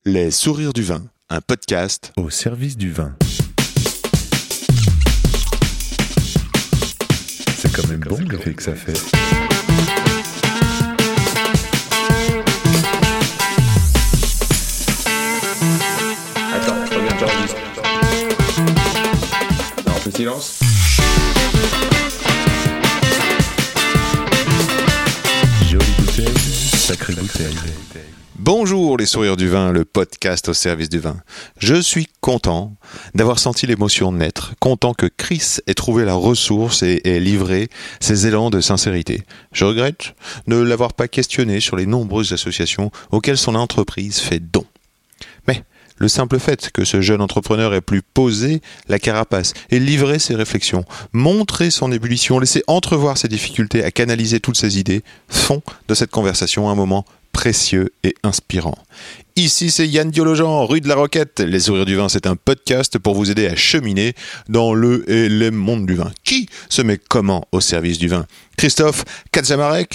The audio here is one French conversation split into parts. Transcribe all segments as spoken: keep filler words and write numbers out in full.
Les sourires du vin, un podcast au service du vin. C'est quand même bon l'effet que ça fait. Attends, reviens, j'enregistre. Non, on fait silence. Jolie bouteille, sacrée bouteille. Bonjour les sourires du vin, le podcast au service du vin. Je suis content d'avoir senti l'émotion naître, content que Chris ait trouvé la ressource et ait livré ses élans de sincérité. Je regrette de ne l'avoir pas questionné sur les nombreuses associations auxquelles son entreprise fait don. Mais le simple fait que ce jeune entrepreneur ait pu poser la carapace et livrer ses réflexions, montrer son ébullition, laisser entrevoir ses difficultés à canaliser toutes ses idées, font de cette conversation un moment précieux et inspirant. Ici, c'est Yann Diologen, rue de la Roquette. Les sourires du vin, c'est un podcast pour vous aider à cheminer dans le et les mondes du vin. Qui se met comment au service du vin ? Christophe Kaczmarek ?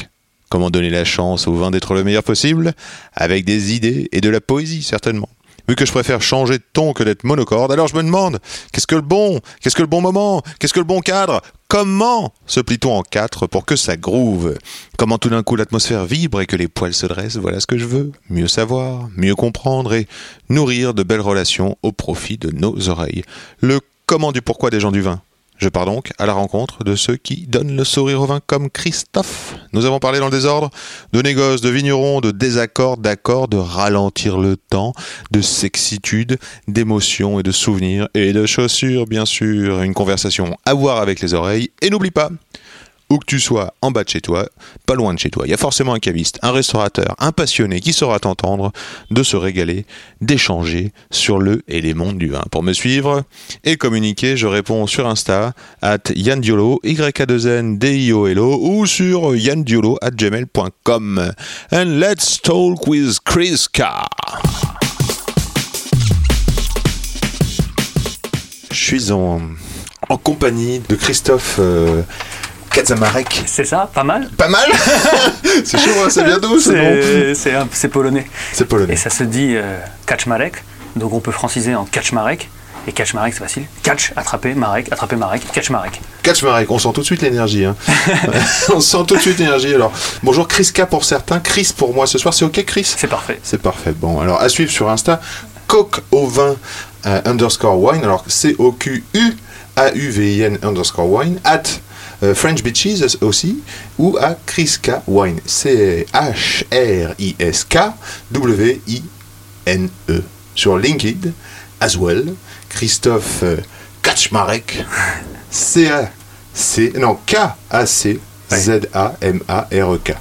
Comment donner la chance au vin d'être le meilleur possible ? Avec des idées et de la poésie, certainement. Vu que je préfère changer de ton que d'être monocorde, alors je me demande, qu'est-ce que le bon ? Qu'est-ce que le bon moment ? Qu'est-ce que le bon cadre ? Comment se plie-t-on en quatre pour que ça groove ? Comment tout d'un coup l'atmosphère vibre et que les poils se dressent ? Voilà ce que je veux. Mieux savoir, mieux comprendre et nourrir de belles relations au profit de nos oreilles. Le comment du pourquoi des gens du vin. Je pars donc à la rencontre de ceux qui donnent le sourire au vin comme Christophe. Nous avons parlé dans le désordre de négoce, de vignerons, de désaccords, d'accords, de ralentir le temps, de sexitude, d'émotions et de souvenirs et de chaussures, bien sûr. Une conversation à voir avec les oreilles. Et n'oublie pas, où que tu sois, en bas de chez toi, pas loin de chez toi, il y a forcément un caviste, un restaurateur, un passionné qui saura t'entendre, de se régaler, d'échanger sur le et les mondes du vin. Pour me suivre et communiquer, je réponds sur Insta, at Yann Diolo, Y A deux N D I O L O, ou sur yanndiolo at gmail point com. And let's talk with Chris K. Je suis en, en compagnie de Christophe euh, Kaczmarek. C'est ça, pas mal. Pas mal. C'est chaud, hein, ça vient d'où ce nom ? C'est, c'est polonais. C'est polonais. Et ça se dit euh, Kaczmarek, donc on peut franciser en Kaczmarek. Et Kaczmarek, c'est facile. Catch, attraper, Marek, attraper Marek, Kaczmarek. Kaczmarek, on sent tout de suite l'énergie. Hein. On sent tout de suite l'énergie. Alors, bonjour Chris K pour certains, Chris pour moi ce soir. C'est ok Chris ? C'est parfait. C'est parfait. Bon, alors à suivre sur Insta, coq au vin euh, underscore wine. Alors C O Q U A U V I N underscore wine. At Uh, French Beaches aussi, ou à Chris K Wine, C H R I S K W I N E, sur LinkedIn as well, Christophe uh, Kaczmarek, C A C, non, K A C Z A M A R E K.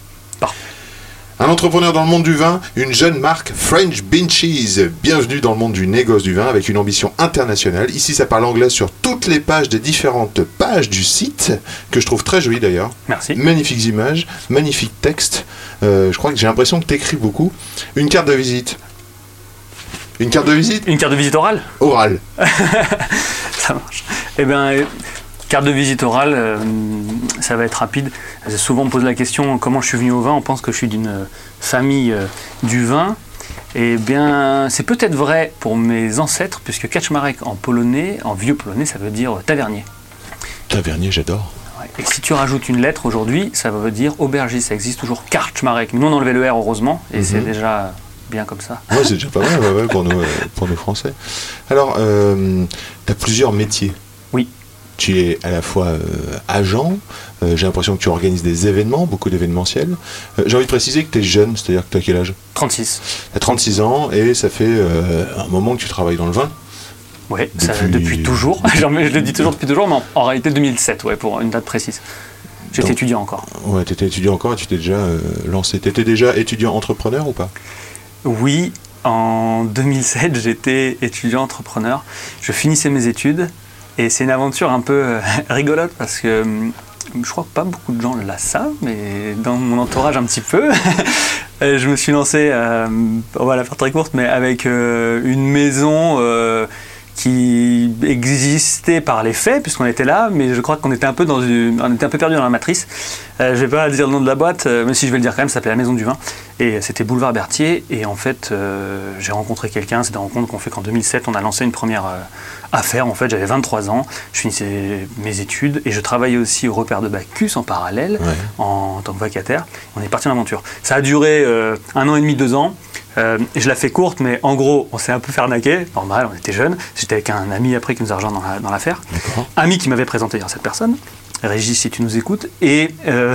Un entrepreneur dans le monde du vin, une jeune marque French Beaches. Bienvenue dans le monde du négoce du vin avec une ambition internationale. Ici, ça parle anglais sur toutes les pages des différentes pages du site, que je trouve très joli d'ailleurs. Merci. Magnifiques images, magnifiques textes. Euh, je crois que j'ai l'impression que tu écris beaucoup. Une carte de visite. Une carte de visite ? Une carte de visite orale ? Orale. Ça marche. Eh bien... Carte de visite orale, euh, ça va être rapide. Souvent on me pose la question comment je suis venu au vin, on pense que je suis d'une famille euh, du vin. Eh bien, c'est peut-être vrai pour mes ancêtres, puisque Kaczmarek en polonais, en vieux polonais, ça veut dire tavernier. Tavernier, j'adore. Ouais. Et si tu rajoutes une lettre aujourd'hui, ça veut dire aubergiste, ça existe toujours Kaczmarek. Nous on a enlevé le R heureusement, et mm-hmm. c'est déjà bien comme ça. Ouais, c'est déjà pas mal ouais, ouais, pour, nous, pour nous Français. Alors, euh, tu as plusieurs métiers. Oui. Tu es à la fois euh, agent, euh, j'ai l'impression que tu organises des événements, beaucoup d'événementiels. Euh, j'ai envie de préciser que tu es jeune, c'est-à-dire que tu as quel âge ? trente-six. Tu as trente-six ans et ça fait euh, un moment que tu travailles dans le vin. Oui, depuis... Ça, depuis toujours. je le dis toujours depuis toujours, mais en, en réalité deux mille sept, ouais, pour une date précise. J'étais Donc, étudiant encore. Ouais, tu étais étudiant encore et tu t'es déjà euh, lancé. Tu étais déjà étudiant entrepreneur ou pas ? Oui, en deux mille sept, j'étais étudiant entrepreneur. Je finissais mes études. Et c'est une aventure un peu euh, rigolote parce que euh, je crois que pas beaucoup de gens la savent, mais dans mon entourage un petit peu. Je me suis lancé, euh, on va la faire très courte, mais avec euh, une maison euh, qui existait par les faits, puisqu'on était là, mais je crois qu'on était un peu, dans une, on était un peu perdu dans la matrice. Euh, je ne vais pas dire le nom de la boîte, euh, mais si je vais le dire quand même, ça s'appelait La Maison du Vin. Et c'était boulevard Berthier. Et en fait, euh, j'ai rencontré quelqu'un. C'est des rencontres qu'on fait qu'en deux mille sept, on a lancé une première euh, affaire. En fait, j'avais vingt-trois ans. Je finissais mes études et je travaillais aussi au repère de Bacchus en parallèle, Ouais. en, en tant que vacataire. On est parti en aventure. Ça a duré euh, un an et demi, deux ans. Euh, je la fais courte, mais en gros, on s'est un peu fait arnaquer. Normal, on était jeunes. J'étais avec un ami après qui nous a rejoint dans, la, dans l'affaire. D'accord. Ami qui m'avait présenté à cette personne. Régis, si tu nous écoutes. Et euh,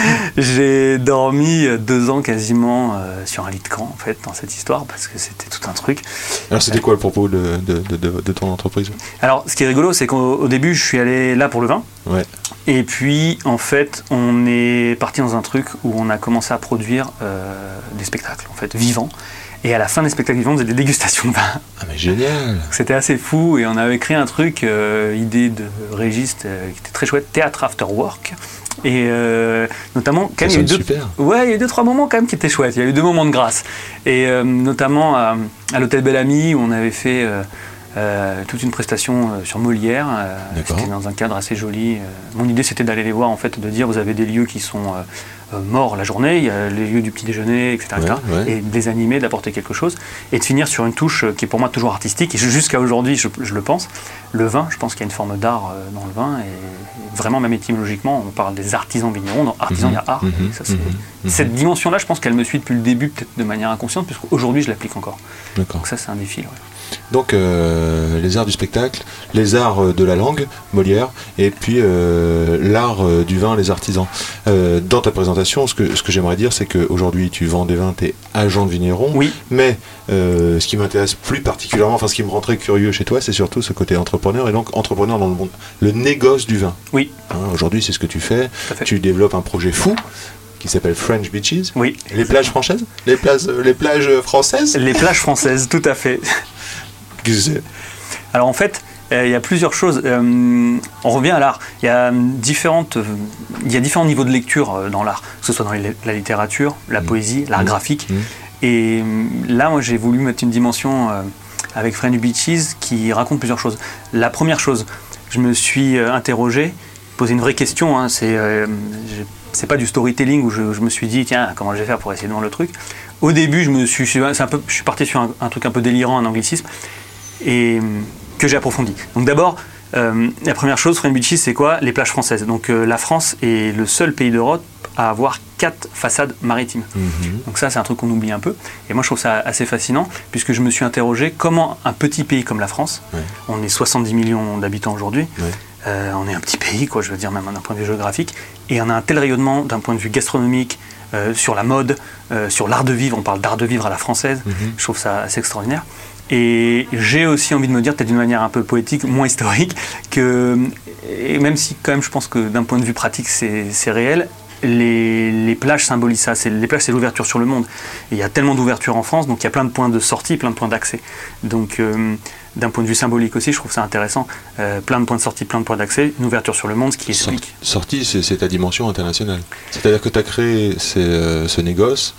j'ai dormi deux ans quasiment euh, sur un lit de camp, en fait, dans cette histoire, parce que c'était tout un truc. Alors, c'était quoi le propos de, de, de, de, de ton entreprise? Alors, ce qui est rigolo, c'est qu'au au début, je suis allé là pour le vin. Ouais. Et puis, en fait, on est parti dans un truc où on a commencé à produire euh, des spectacles, en fait, vivants. Et à la fin des spectacles vivants, on faisait des dégustations de vin. Ah, mais génial! C'était assez fou et on avait créé un truc, euh, idée de Régis, euh, qui était très chouette, théâtre after work. Et euh, notamment, quand même, il y a eu deux, super. ouais, il y a eu deux, trois moments quand même qui étaient chouettes. Il y a eu deux moments de grâce. Et euh, notamment à, à l'hôtel Bellamy où on avait fait euh, euh, toute une prestation euh, sur Molière. Euh, D'accord. c'était dans un cadre assez joli. Euh, mon idée, c'était d'aller les voir, en fait, de dire vous avez des lieux qui sont euh, euh, morts la journée, il y a les lieux du petit déjeuner, et cetera, Ouais, et cetera, ouais. et de les animer, d'apporter quelque chose, et de finir sur une touche qui est pour moi toujours artistique. Et jusqu'à aujourd'hui, je, je le pense. Le vin, je pense qu'il y a une forme d'art euh, dans le vin, et vraiment, même étymologiquement, on parle des artisans vignerons. Dans artisan, il y a art. Mhm, et ça, c'est- mhm, mhm. Cette dimension-là, je pense qu'elle me suit depuis le début, peut-être de manière inconsciente, puisqu'aujourd'hui, je l'applique encore. D'accord. Donc ça, c'est un défi. Ouais. Donc, euh, les arts du spectacle, les arts euh, de la langue, Molière, et puis euh, l'art euh, du vin, les artisans. Euh, dans ta présentation, ce que, ce que j'aimerais dire, c'est qu'aujourd'hui, tu vends des vins, tu es agent de vigneron, Oui. mais euh, ce qui m'intéresse plus particulièrement, enfin, ce qui me rend très curieux chez toi, c'est surtout ce côté entrepreneur, et donc entrepreneur dans le monde, le négoce du vin. Oui. Hein, aujourd'hui, c'est ce que tu fais. Tout à fait. Tu développes un projet fou qui s'appelle French Beaches. Oui. Les plages françaises les plages, les plages françaises Les plages françaises, tout à fait. Qu'est-ce que c'est? Alors en fait, euh, il y a plusieurs choses. Euh, on revient à l'art. Il y a différentes, euh, il y a différents niveaux de lecture euh, dans l'art, que ce soit dans les- la littérature, la Mmh. poésie, l'art Mmh. graphique. Mmh. Et euh, là, moi, j'ai voulu mettre une dimension euh, avec French Beaches qui raconte plusieurs choses. La première chose, je me suis euh, interrogé, posé une vraie question. Hein, c'est, euh, j'ai- c'est pas du storytelling où je, je me suis dit tiens comment je vais faire pour essayer de vendre le truc. Au début, je me suis, c'est un peu, je suis parti sur un, un truc un peu délirant, un anglicisme, et euh, que j'ai approfondi. Donc d'abord, euh, la première chose, French Beaches, c'est quoi? Les plages françaises. Donc euh, la France est le seul pays d'Europe à avoir quatre façades maritimes. Mhm. Donc ça, c'est un truc qu'on oublie un peu. Et moi, je trouve ça assez fascinant, puisque je me suis interrogé comment un petit pays comme la France, Ouais. on est soixante-dix millions d'habitants aujourd'hui, Ouais. euh, on est un petit pays, quoi, je veux dire, même d'un point de vue géographique, et on a un tel rayonnement d'un point de vue gastronomique, euh, sur la mode, euh, sur l'art de vivre, on parle d'art de vivre à la française, Mhm. je trouve ça assez extraordinaire. Et j'ai aussi envie de me dire, peut-être d'une manière un peu poétique, moins historique, que, et même si quand même je pense que d'un point de vue pratique c'est, c'est réel, les, les plages symbolisent ça. C'est, les plages, c'est l'ouverture sur le monde. Et il y a tellement d'ouverture en France, donc il y a plein de points de sortie, plein de points d'accès. Donc euh, d'un point de vue symbolique aussi, je trouve ça intéressant. Euh, plein de points de sortie, plein de points d'accès, une ouverture sur le monde, ce qui Sorti, explique. sorti, c'est, c'est ta dimension internationale. C'est-à-dire que tu as créé ces, euh, ce négoce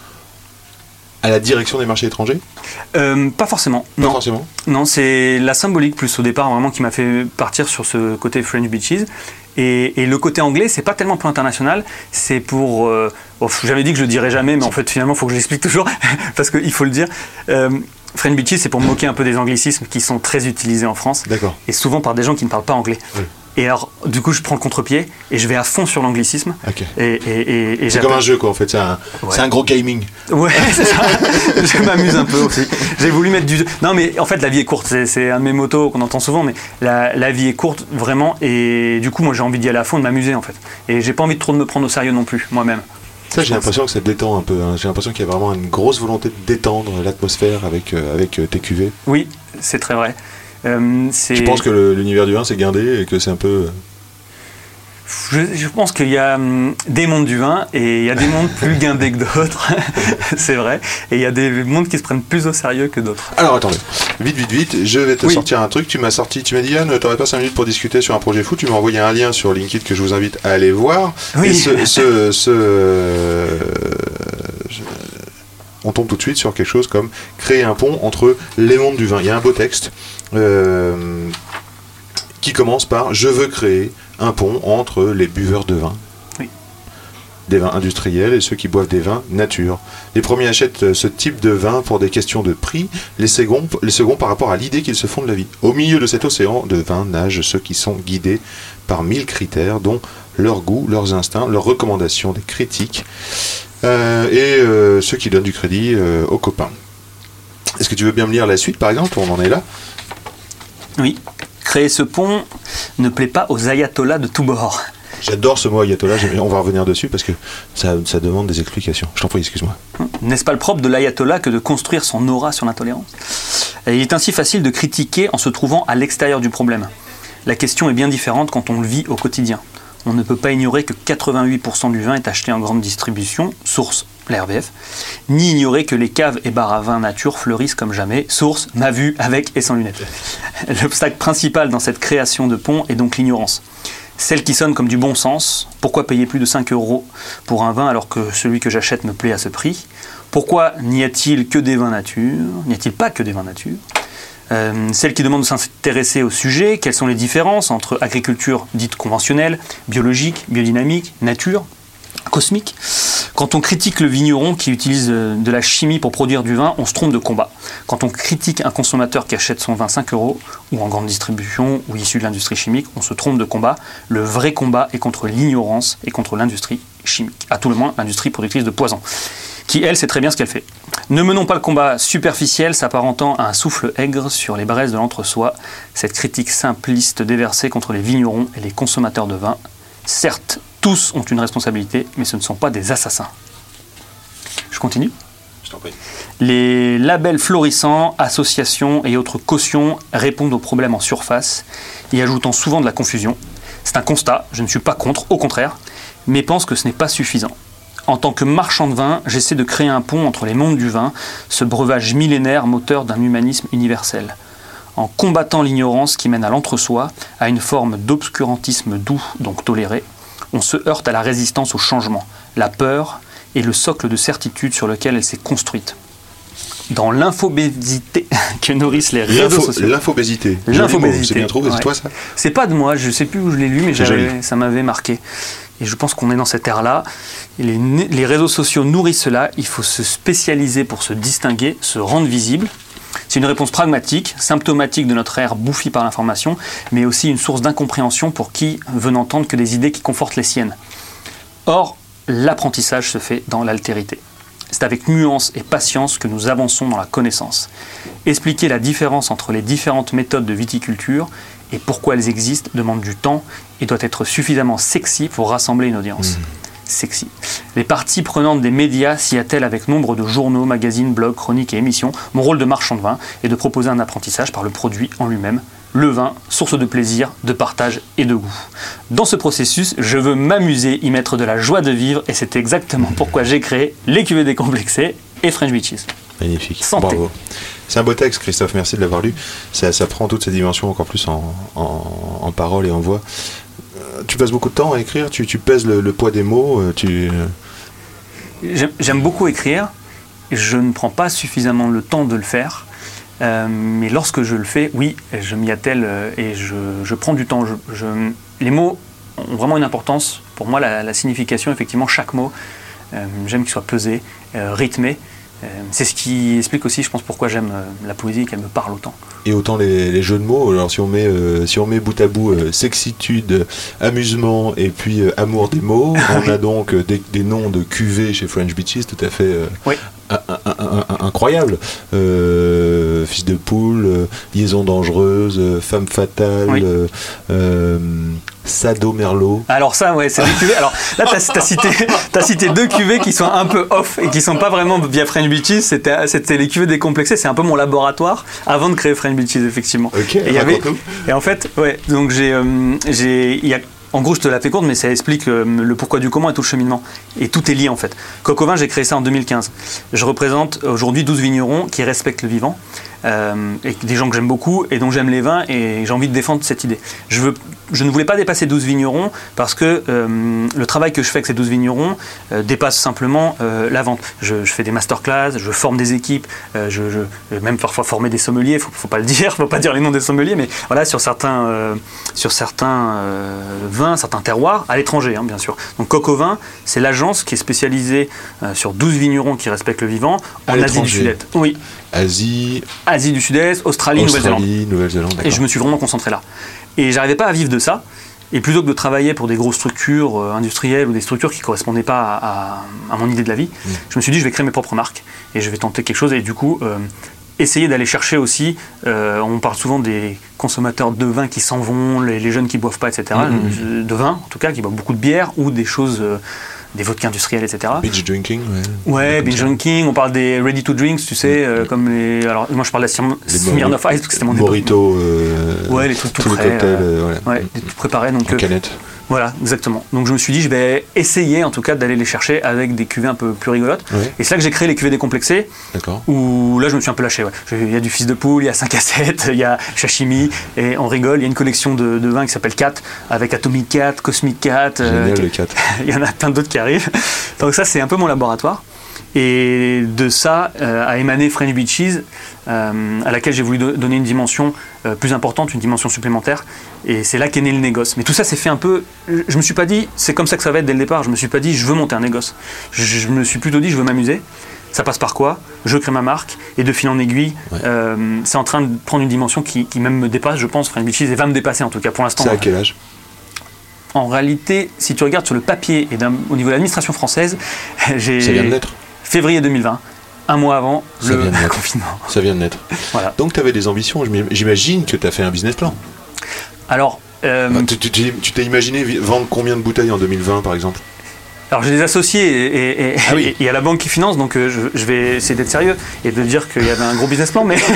à la direction des marchés étrangers? Euh, pas forcément. Pas non. forcément. Non, c'est la symbolique plus au départ vraiment qui m'a fait partir sur ce côté French Beaches. Et, et le côté anglais, c'est pas tellement pour l'international, c'est pour... Euh, oh, j'avais dit que je le dirais jamais, mais en fait finalement il faut que je l'explique toujours, parce qu'il faut le dire. Euh, French Beaches, c'est pour me moquer un peu des anglicismes qui sont très utilisés en France, D'accord. et souvent par des gens qui ne parlent pas anglais. Oui. Et alors, du coup, je prends le contre-pied et je vais à fond sur l'anglicisme. Ok. Et, et, et, et C'est j'appelle- comme un jeu, quoi, en fait. C'est un, Ouais. c'est un gros gaming. Ouais, c'est ça. Je m'amuse un peu aussi. J'ai voulu mettre du... Non, mais en fait, la vie est courte. C'est, c'est un de mes motos qu'on entend souvent, mais la, la vie est courte, vraiment. Et du coup, moi, j'ai envie d'y aller à fond, de m'amuser, en fait. Et j'ai pas envie de trop de me prendre au sérieux non plus, moi-même. Ça, j'ai l'impression que ça détend un peu. hein. J'ai l'impression qu'il y a vraiment une grosse volonté de détendre l'atmosphère avec, euh, avec euh, tes cuvées. Oui, c'est très vrai. Euh, c'est... Je pense que le- l'univers du vin, c'est guindé et que c'est un peu... euh, Je, je pense qu'il y a hum, des mondes du vin et il y a des mondes plus guindés que d'autres, c'est vrai. Et il y a des mondes qui se prennent plus au sérieux que d'autres. Alors attendez, vite, vite, vite, je vais te Oui. sortir un truc. Tu m'as sorti, tu m'as dit, Yann, t'aurais pas cinq minutes pour discuter sur un projet fou. Tu m'as envoyé un lien sur LinkedIn que je vous invite à aller voir. Oui. Et ce, ce, ce, euh, je- on tombe tout de suite sur quelque chose comme créer un pont entre les mondes du vin. Il y a un beau texte euh, qui commence par « Je veux créer un pont entre les buveurs de vin ». Oui. des vins industriels et ceux qui boivent des vins nature. Les premiers achètent ce type de vin pour des questions de prix, les seconds, les seconds par rapport à l'idée qu'ils se font de la vie. Au milieu de cet océan de vin nagent ceux qui sont guidés par mille critères, dont leur goût, leurs instincts, leurs recommandations des critiques, euh, et euh, ceux qui donnent du crédit euh, aux copains. Est-ce que tu veux bien me lire la suite, par exemple? On en est là. Oui. Créer ce pont ne plaît pas aux ayatollahs de tous bords. J'adore ce mot ayatollah, on va revenir dessus parce que ça, ça demande des explications. Je t'en prie, excuse-moi. N'est-ce pas le propre de l'ayatollah que de construire son aura sur l'intolérance? Il est ainsi facile de critiquer en se trouvant à l'extérieur du problème. La question est bien différente quand on le vit au quotidien. On ne peut pas ignorer que quatre-vingt-huit pour cent du vin est acheté en grande distribution, source la R B F, ni ignorer que les caves et bars à vin nature fleurissent comme jamais, source m'a vu avec et sans lunettes. L'obstacle principal dans cette création de pont est donc l'ignorance. Celle qui sonne comme du bon sens. Pourquoi payer plus de cinq euros pour un vin alors que celui que j'achète me plaît à ce prix? Pourquoi n'y a-t-il que des vins nature? N'y a-t-il pas que des vins nature? Euh, celle qui demande de s'intéresser au sujet, quelles sont les différences entre agriculture dite conventionnelle, biologique, biodynamique, nature, cosmique. Quand on critique le vigneron qui utilise de la chimie pour produire du vin, on se trompe de combat. Quand on critique un consommateur qui achète son vin cinq euros, ou en grande distribution, ou issu de l'industrie chimique, on se trompe de combat. Le vrai combat est contre l'ignorance et contre l'industrie chimique. À tout le moins, l'industrie productrice de poison, qui, elle, sait très bien ce qu'elle fait. Ne menons pas le combat superficiel s'apparentant à un souffle aigre sur les braises de l'entre-soi, cette critique simpliste déversée contre les vignerons et les consommateurs de vin. Certes, tous ont une responsabilité, mais ce ne sont pas des assassins. Je continue ? Je t'en prie. Les labels florissants, associations et autres cautions répondent aux problèmes en surface, y ajoutant souvent de la confusion. C'est un constat, je ne suis pas contre, au contraire, mais pense que ce n'est pas suffisant. En tant que marchand de vin, j'essaie de créer un pont entre les mondes du vin, ce breuvage millénaire moteur d'un humanisme universel. En combattant l'ignorance qui mène à l'entre-soi, à une forme d'obscurantisme doux, donc toléré, on se heurte à la résistance au changement. La peur est le socle de certitude sur lequel elle s'est construite. Dans l'infobésité que nourrissent les réseaux L'info, sociaux. L'infobésité. L'infobésité. C'est bien trouvé, Ouais. c'est toi ça? C'est pas de moi, je sais plus où je l'ai lu, mais C'est j'avais, joli. ça m'avait marqué. Et je pense qu'on est dans cette ère-là. Les, les réseaux sociaux nourrissent cela. Il faut se spécialiser pour se distinguer, se rendre visible. C'est une réponse pragmatique, symptomatique de notre ère bouffie par l'information, mais aussi une source d'incompréhension pour qui veut n'entendre que des idées qui confortent les siennes. Or, l'apprentissage se fait dans l'altérité. C'est avec nuance et patience que nous avançons dans la connaissance. Expliquer la différence entre les différentes méthodes de viticulture et pourquoi elles existent demande du temps et doit être suffisamment sexy pour rassembler une audience. Mmh. Sexy. Les parties prenantes des médias s'y attellent avec nombre de journaux, magazines, blogs, chroniques et émissions. Mon rôle de marchand de vin est de proposer un apprentissage par le produit en lui-même. Le vin, source de plaisir, de partage et de goût. Dans ce processus, je veux m'amuser, y mettre de la joie de vivre et c'est exactement pourquoi j'ai créé les cuvées décomplexées et French Beaches. Magnifique, Santé. Bravo. C'est un beau texte, Christophe, merci de l'avoir lu. Ça, ça prend toutes ces dimensions encore plus en, en, en parole et en voix. Euh, tu passes beaucoup de temps à écrire, tu, tu pèses le, le poids des mots, euh, tu... J'aime, j'aime beaucoup écrire, je ne prends pas suffisamment le temps de le faire. Euh, mais lorsque je le fais, oui, je m'y attelle euh, et je, je prends du temps. Je, je, les mots ont vraiment une importance. Pour moi, la, la signification, effectivement, chaque mot, euh, j'aime qu'il soit pesé, euh, rythmé. Euh, c'est ce qui explique aussi, je pense, pourquoi j'aime euh, la poésie et qu'elle me parle autant. Et autant les, les jeux de mots, alors si on met, euh, si on met bout à bout euh, sexitude, euh, amusement et puis euh, amour des mots, on a donc euh, des, des noms de cuvées chez French Beaches tout à fait euh, oui. un, un, un, un, incroyables. Euh, fils de poule, euh, liaison dangereuse, euh, femme fatale, oui. euh, euh, Sado Merlot. Alors ça, ouais, c'est des cuvées. Alors là, t'as, t'as, cité, t'as cité deux cuvées qui sont un peu off et qui sont pas vraiment via French Beaches. C'était, c'était les cuvées décomplexées. C'est un peu mon laboratoire avant de créer French Beaches, effectivement. Ok, et, y avait, et en fait, ouais, donc j'ai, euh, j'ai, y a, en gros, je te la fais courte, mais ça explique euh, le pourquoi du comment et tout le cheminement. Et tout est lié, en fait. Coq au vin, j'ai créé ça en deux mille quinze. Je représente aujourd'hui douze vignerons qui respectent le vivant. euh, et des gens que j'aime beaucoup et dont j'aime les vins et j'ai envie de défendre cette idée. Je, veux, je ne voulais pas dépasser douze vignerons parce que euh, le travail que je fais avec ces douze vignerons euh, dépasse simplement euh, la vente. Je, je fais des masterclass, je forme des équipes, euh, je, je même parfois former des sommeliers, faut, faut pas le dire, faut pas dire les noms des sommeliers, mais voilà, sur certains, euh, sur certains euh, vins, certains terroirs, à l'étranger, hein, bien sûr. Donc Coq au Vin, c'est l'agence qui est spécialisée euh, sur douze vignerons qui respectent le vivant en Asie du Sud-Est. Oui. Asie, Asie du Sud-Est, Australie, Australie Nouvelle-Zélande. Nouvelle-Zélande, et je me suis vraiment concentré là. Et j'arrivais pas à vivre de ça. Et plutôt que de travailler pour des grosses structures euh, industrielles ou des structures qui ne correspondaient pas à, à, à mon idée de la vie, mmh. je me suis dit je vais créer mes propres marques et je vais tenter quelque chose. Et du coup, euh, essayer d'aller chercher aussi, euh, on parle souvent des consommateurs de vin qui s'en vont, les, les jeunes qui ne boivent pas, et cetera. Mmh. De vin, en tout cas, qui boivent beaucoup de bière ou des choses... Euh, des vodkas industriels, et cetera. Binge drinking, ouais. Ouais, binge drinking, on parle des ready to drinks, tu sais, euh, comme les... Alors, moi, je parle de la Smirnoff Ice, parce que c'était mon époque. Morito, euh, ouais, les trucs tout tous prêts. les cocktails, euh, euh, voilà. Ouais, des trucs préparés. Donc, en euh, canette. Voilà, exactement. Donc, je me suis dit, je vais essayer, en tout cas, d'aller les chercher avec des cuvées un peu plus rigolotes. Ouais. Et c'est là que j'ai créé les cuvées décomplexées. D'accord. Où là, je me suis un peu lâché, ouais. Il y a du Fils de Poule, il y a cinq à sept, il y a Sashimi, et on rigole. Il y a une collection de, de vins qui s'appelle Cat, avec Atomic Cat, Cosmic Cat. Génial, euh, le Cat. Il y en a plein d'autres qui arrivent. Donc ça, c'est un peu mon laboratoire. Et de ça euh, a émané French Beaches, euh, à laquelle j'ai voulu do- donner une dimension euh, plus importante, une dimension supplémentaire. Et c'est là qu'est né le négoce. Mais tout ça s'est fait un peu... Je me suis pas dit, c'est comme ça que ça va être dès le départ. Je me suis pas dit, je veux monter un négoce. Je, je me suis plutôt dit, je veux m'amuser. Ça passe par quoi ? Je crée ma marque. Et de fil en aiguille, ouais. euh, c'est en train de prendre une dimension qui, qui même me dépasse, je pense, French Beaches, et va me dépasser en tout cas pour l'instant. C'est à quel âge ? En réalité, si tu regardes sur le papier et au niveau de l'administration française, j'ai... Ça vient de naître. Février deux mille vingt, un mois avant ça le vient de confinement. Ça vient de naître. Voilà. Donc tu avais des ambitions, j'imagine que tu as fait un business plan. Alors... Euh... Bah, tu, tu, tu t'es imaginé vendre combien de bouteilles en deux mille vingt par exemple ? Alors j'ai des associés et, et, ah oui. et, et à la banque qui finance, donc euh, je, je vais essayer d'être sérieux et de dire qu'il y avait un gros business plan, mais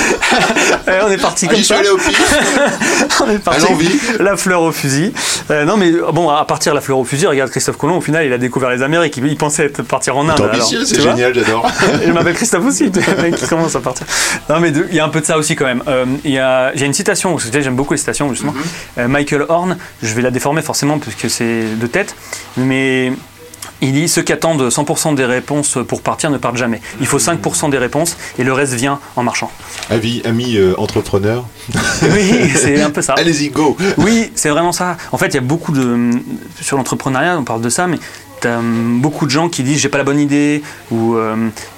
on est parti comme ah, ça. Allez au pif. On est parti. La fleur au fusil. Euh, non mais bon, à partir de la fleur au fusil, regarde Christophe Colomb, au final il a découvert les Amériques, il, il pensait être partir en Inde. C'est ambitieux, c'est génial, j'adore. Et je m'appelle Christophe aussi, le mec qui commence à partir. Non mais il y a un peu de ça aussi quand même. Euh, y a, j'ai une citation, parce que j'aime beaucoup les citations justement. Mm-hmm. Euh, Michael Horn, je vais la déformer forcément parce que c'est de tête, mais... Il dit, ceux qui attendent cent pour cent des réponses pour partir ne partent jamais. Il faut cinq pour cent des réponses et le reste vient en marchant. Avis, ami euh, entrepreneur. Oui, c'est un peu ça. Allez-y, go. Oui, c'est vraiment ça. En fait, il y a beaucoup de... Sur l'entrepreneuriat, on parle de ça, mais tu as beaucoup de gens qui disent, j'ai pas la bonne idée, ou euh,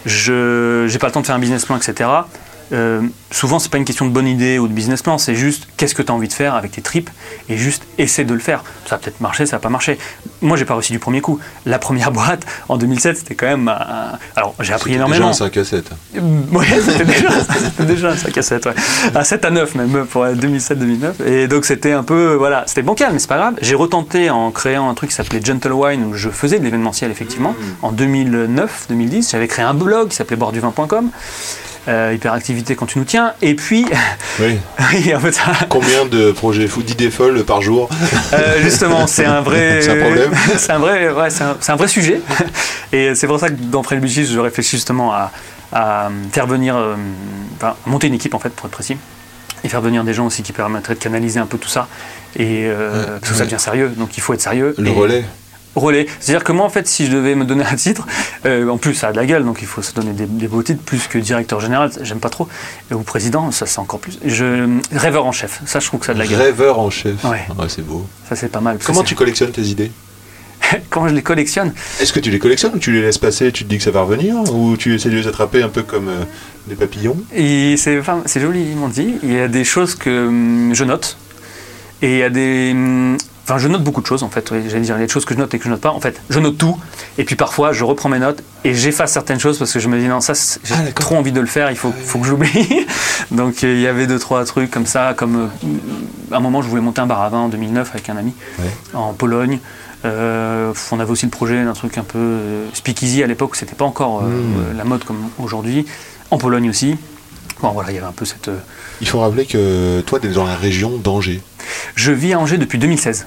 je j'ai pas le temps de faire un business plan, et cetera. Euh, souvent, c'est pas une question de bonne idée ou de business plan, c'est juste qu'est-ce que tu as envie de faire avec tes tripes et juste essaie de le faire. Ça va peut-être marcher, ça va pas marcher. Moi, j'ai pas réussi du premier coup. La première boîte en deux mille sept, c'était quand même. Un... Alors, j'ai appris c'était énormément. Déjà un cinq à sept. Ouais, c'était déjà, c'était déjà un cinq à sept, ouais. À sept à neuf même pour deux mille sept deux mille neuf. Et donc, c'était un peu. Voilà, c'était bancal, mais c'est pas grave. J'ai retenté en créant un truc qui s'appelait Gentle Wine, où je faisais de l'événementiel, effectivement, mmh. en deux mille neuf deux mille dix. J'avais créé un blog qui s'appelait boire du vin point com. Euh, hyperactivité quand tu nous tiens, et puis oui. oui, en fait, ça... combien de projets fous d'idées folles par jour? euh, justement, c'est un vrai c'est un problème. c'est un vrai, ouais, c'est un, c'est un vrai sujet, et c'est pour ça que dans French Beaches, je réfléchis justement à, à faire venir, euh, enfin, monter une équipe en fait, pour être précis, et faire venir des gens aussi qui permettraient de canaliser un peu tout ça, et euh, ouais, parce que ouais. ça devient sérieux, donc il faut être sérieux. Le et... relais. Relais. C'est-à-dire que moi, en fait, si je devais me donner un titre, euh, en plus, ça a de la gueule, donc il faut se donner des, des beaux titres, plus que directeur général, j'aime pas trop, ou président, ça c'est encore plus. Je, rêveur en chef, ça je trouve que ça a de la gueule. Rêveur en chef, ouais. ouais, c'est beau. Ça c'est pas mal. Comment c'est... tu collectionnes tes idées? Comment je les collectionne? Est-ce que tu les collectionnes ou tu les laisses passer et tu te dis que ça va revenir? Ou tu essaies de les attraper un peu comme euh, des papillons? Et c'est, enfin, c'est joliment dit, il y a des choses que hum, je note, et il y a des... Hum, Enfin, je note beaucoup de choses en fait. Oui, j'allais dire, il y a des choses que je note et que je note pas. En fait, je note tout. Et puis parfois, je reprends mes notes et j'efface certaines choses parce que je me dis non, ça, j'ai ah, trop envie de le faire. Il faut, faut que j'oublie. Donc il y avait deux trois trucs comme ça. Comme euh, à un moment, je voulais monter un bar à vin en deux mille neuf avec un ami ouais. en Pologne. Euh, on avait aussi le projet d'un truc un peu euh, speakeasy à l'époque. C'était pas encore euh, mmh. la mode comme aujourd'hui. En Pologne aussi. Bon voilà, il y avait un peu cette. Euh... Il faut rappeler que toi, tu es dans la région d'Angers. Je vis à Angers depuis deux mille seize.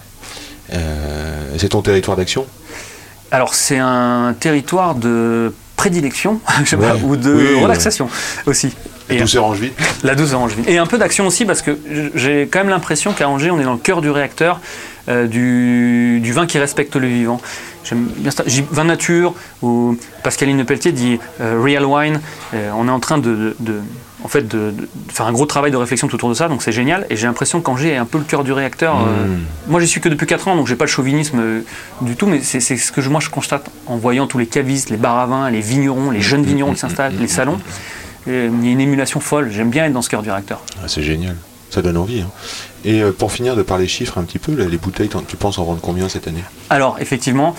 Euh, c'est ton territoire d'action? Alors c'est un territoire de prédilection, je sais ouais. pas, ou de oui, relaxation ouais. aussi. La Et douceur Angevine. la douceur Angevine. Et un peu d'action aussi, parce que j'ai quand même l'impression qu'à Angers, on est dans le cœur du réacteur euh, du, du vin qui respecte le vivant. J'aime bien ça. J'ai Vin Nature, où Pascaline Pelletier dit euh, Real Wine. Euh, on est en train de, de, de en fait, de, de faire un gros travail de réflexion tout autour de ça, donc c'est génial. Et j'ai l'impression qu'Angers est un peu le cœur du réacteur. Mmh. Euh, moi, j'y suis que depuis quatre ans, donc j'ai pas le chauvinisme euh, du tout, mais c'est ce que je, moi je constate en voyant tous les cavistes, les bars à vin, les vignerons, les jeunes vignerons qui s'installent, les salons. Et il y a une émulation folle. J'aime bien être dans ce cœur du réacteur. Ah, c'est génial. Ça donne envie. Hein. Et euh, pour finir de parler chiffres un petit peu, là, les bouteilles, tu penses en vendre combien cette année? Alors, effectivement,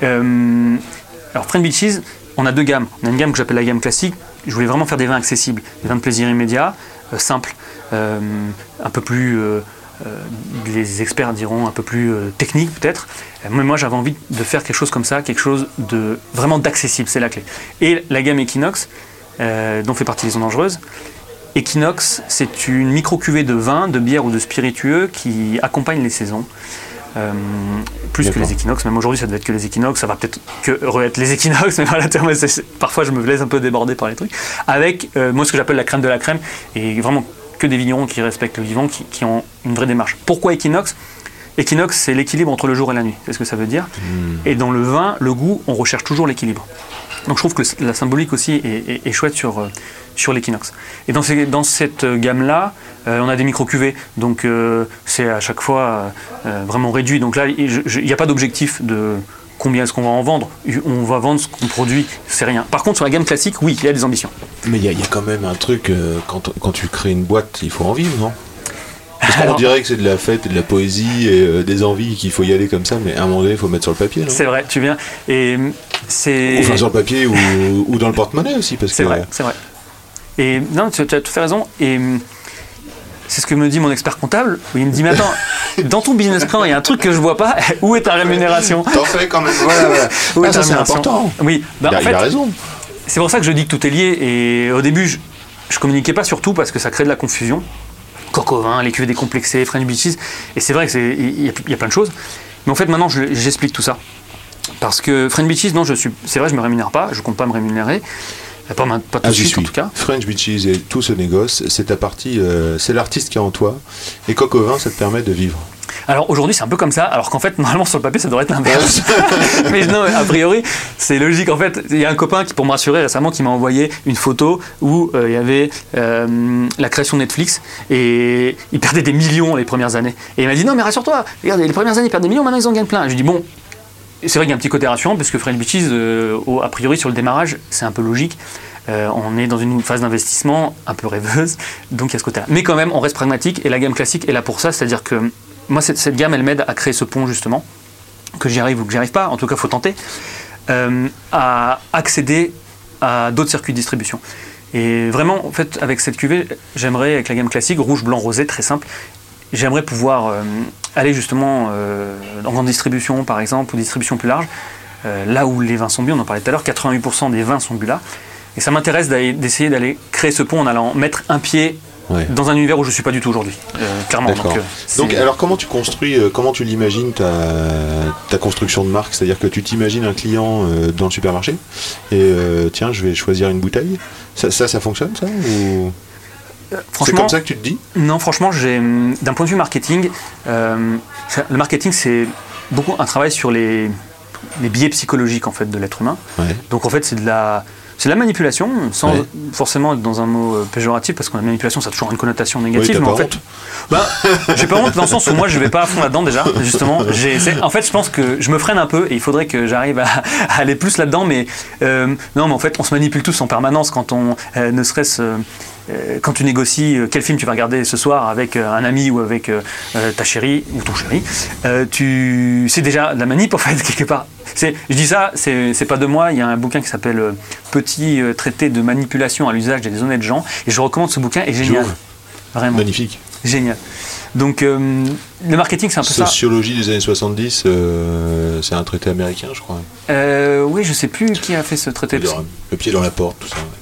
euh, alors Friend Beaches, on a deux gammes. On a une gamme que j'appelle la gamme classique. Je voulais vraiment faire des vins accessibles, des vins de plaisir immédiat, euh, simples, euh, un peu plus, euh, euh, les experts diront un peu plus euh, techniques peut-être. Euh, mais moi, j'avais envie de faire quelque chose comme ça, quelque chose de vraiment d'accessible, c'est la clé. Et la gamme Equinox, euh, dont fait partie les Ondes Dangereuses. Equinox, c'est une micro-cuvée de vin, de bière ou de spiritueux qui accompagne les saisons. Euh, plus que les équinoxes, même aujourd'hui ça devait être que les équinoxes, ça va peut-être que re-être les équinoxes, mais voilà, c'est, c'est, parfois je me laisse un peu déborder par les trucs. Avec euh, moi ce que j'appelle la crème de la crème, et vraiment que des vignerons qui respectent le vivant, qui, qui ont une vraie démarche. Pourquoi Equinox? Equinox, c'est l'équilibre entre le jour et la nuit, c'est ce que ça veut dire. Mmh. Et dans le vin, le goût, on recherche toujours l'équilibre. Donc je trouve que la symbolique aussi est, est, est chouette sur, euh, sur l'équinoxe. Et dans, ces, dans cette gamme-là, euh, on a des micro-cuvées, donc euh, c'est à chaque fois euh, vraiment réduit. Donc là, il n'y a pas d'objectif de combien est-ce qu'on va en vendre. On va vendre ce qu'on produit, c'est rien. Par contre, sur la gamme classique, oui, il y a des ambitions. Mais il y, y a quand même un truc, euh, quand, quand tu crées une boîte, il faut en vivre, non? Parce qu'on Alors, dirait que c'est de la fête, de la poésie et euh, des envies qu'il faut y aller comme ça, mais à un moment donné, il faut mettre sur le papier, non? C'est vrai, tu viens. Et c'est... Enfin, sur le papier ou, ou dans le porte-monnaie aussi, parce c'est que... vrai, c'est vrai. Et non, tu, tu as tout fait raison. Et c'est ce que me dit mon expert comptable. Où il me dit, mais attends, dans ton business plan, il y a un truc que je vois pas. Où est ta rémunération? T'en fais quand même. Voilà, voilà. Où est Ah, ta ça, c'est rémunération? important. Oui, bah, il, a, en fait, il a raison. C'est pour ça que je dis que tout est lié. Et au début, je, je communiquais pas sur tout parce que ça crée de la confusion. Coq au vin, les cuvées décomplexées, French Beaches. Et c'est vrai qu'il y, y a plein de choses. Mais en fait, maintenant, je, j'explique tout ça. Parce que French Beaches, non, je suis, c'est vrai, je me rémunère pas. Je compte pas me rémunérer. Pas, pas tout ah, de suite, suis. en tout cas. French Beaches et tout ce négoce, c'est ta partie, euh, c'est l'artiste qui est en toi. Et Coq au vin, ça te permet de vivre. Alors aujourd'hui, c'est un peu comme ça, alors qu'en fait, normalement, sur le papier, ça devrait être l'inverse. Mais non, a priori, c'est logique. En fait, il y a un copain qui, pour me rassurer récemment, qui m'a envoyé une photo où euh, il y avait euh, la création de Netflix et il perdait des millions les premières années. Et il m'a dit, non, mais rassure-toi, regarde, les premières années, ils perdent des millions, maintenant, ils en gagnent plein. Je lui dis, bon, c'est vrai qu'il y a un petit côté rassurant, parce que French Beaches, euh, a priori, sur le démarrage, c'est un peu logique. Euh, on est dans une phase d'investissement un peu rêveuse, donc il y a ce côté-là. Mais quand même, on reste pragmatique et la gamme classique est là pour ça, c'est-à-dire que moi, cette, cette gamme, elle m'aide à créer ce pont, justement, que j'y arrive ou que j'y arrive pas, en tout cas, il faut tenter, euh, à accéder à d'autres circuits de distribution. Et vraiment, en fait, avec cette cuvée, j'aimerais, avec la gamme classique, rouge, blanc, rosé, très simple, j'aimerais pouvoir euh, aller justement euh, en grande distribution, par exemple, ou distribution plus large, euh, là où les vins sont bio, on en parlait tout à l'heure, quatre-vingt-huit pour cent des vins sont bio là. Et ça m'intéresse d'aller, d'essayer d'aller créer ce pont en allant mettre un pied ouais. dans un univers où je ne suis pas du tout aujourd'hui, euh, clairement. Donc, euh, donc, alors comment tu construis, euh, comment tu l'imagines ta, ta construction de marque? C'est-à-dire que tu t'imagines un client euh, dans le supermarché et euh, tiens, je vais choisir une bouteille. Ça, ça, ça fonctionne ça ou... euh, C'est comme ça que tu te dis? Non, franchement, j'ai, d'un point de vue marketing, euh, le marketing c'est beaucoup un travail sur les, les biais psychologiques en fait de l'être humain. Ouais. Donc en fait, c'est de la C'est de la manipulation, sans ouais. forcément être dans un mot péjoratif, parce que la manipulation, ça a toujours une connotation négative. Oui, mais en fait, bah, j'ai pas honte dans le sens où moi, je vais pas à fond là-dedans déjà, justement. J'ai, en fait, je pense que je me freine un peu et il faudrait que j'arrive à, à aller plus là-dedans. Mais euh, non, mais en fait, on se manipule tous en permanence quand on, euh, ne serait-ce... Euh, quand tu négocies euh, quel film tu vas regarder ce soir avec euh, un ami ou avec euh, ta chérie ou ton chéri, euh, tu... c'est déjà de la manip en fait quelque part. C'est... Je dis ça, c'est... c'est pas de moi, il y a un bouquin qui s'appelle euh, Petit euh, traité de manipulation à l'usage des honnêtes gens et je recommande ce bouquin, est génial. Jour. Vraiment. Magnifique. Génial. Donc euh, le marketing c'est un peu Sociologie ça. Sociologie des années soixante-dix, euh, c'est un traité américain je crois. Euh, oui, je sais plus qui a fait ce traité. Le, le pied dans la porte, tout ça.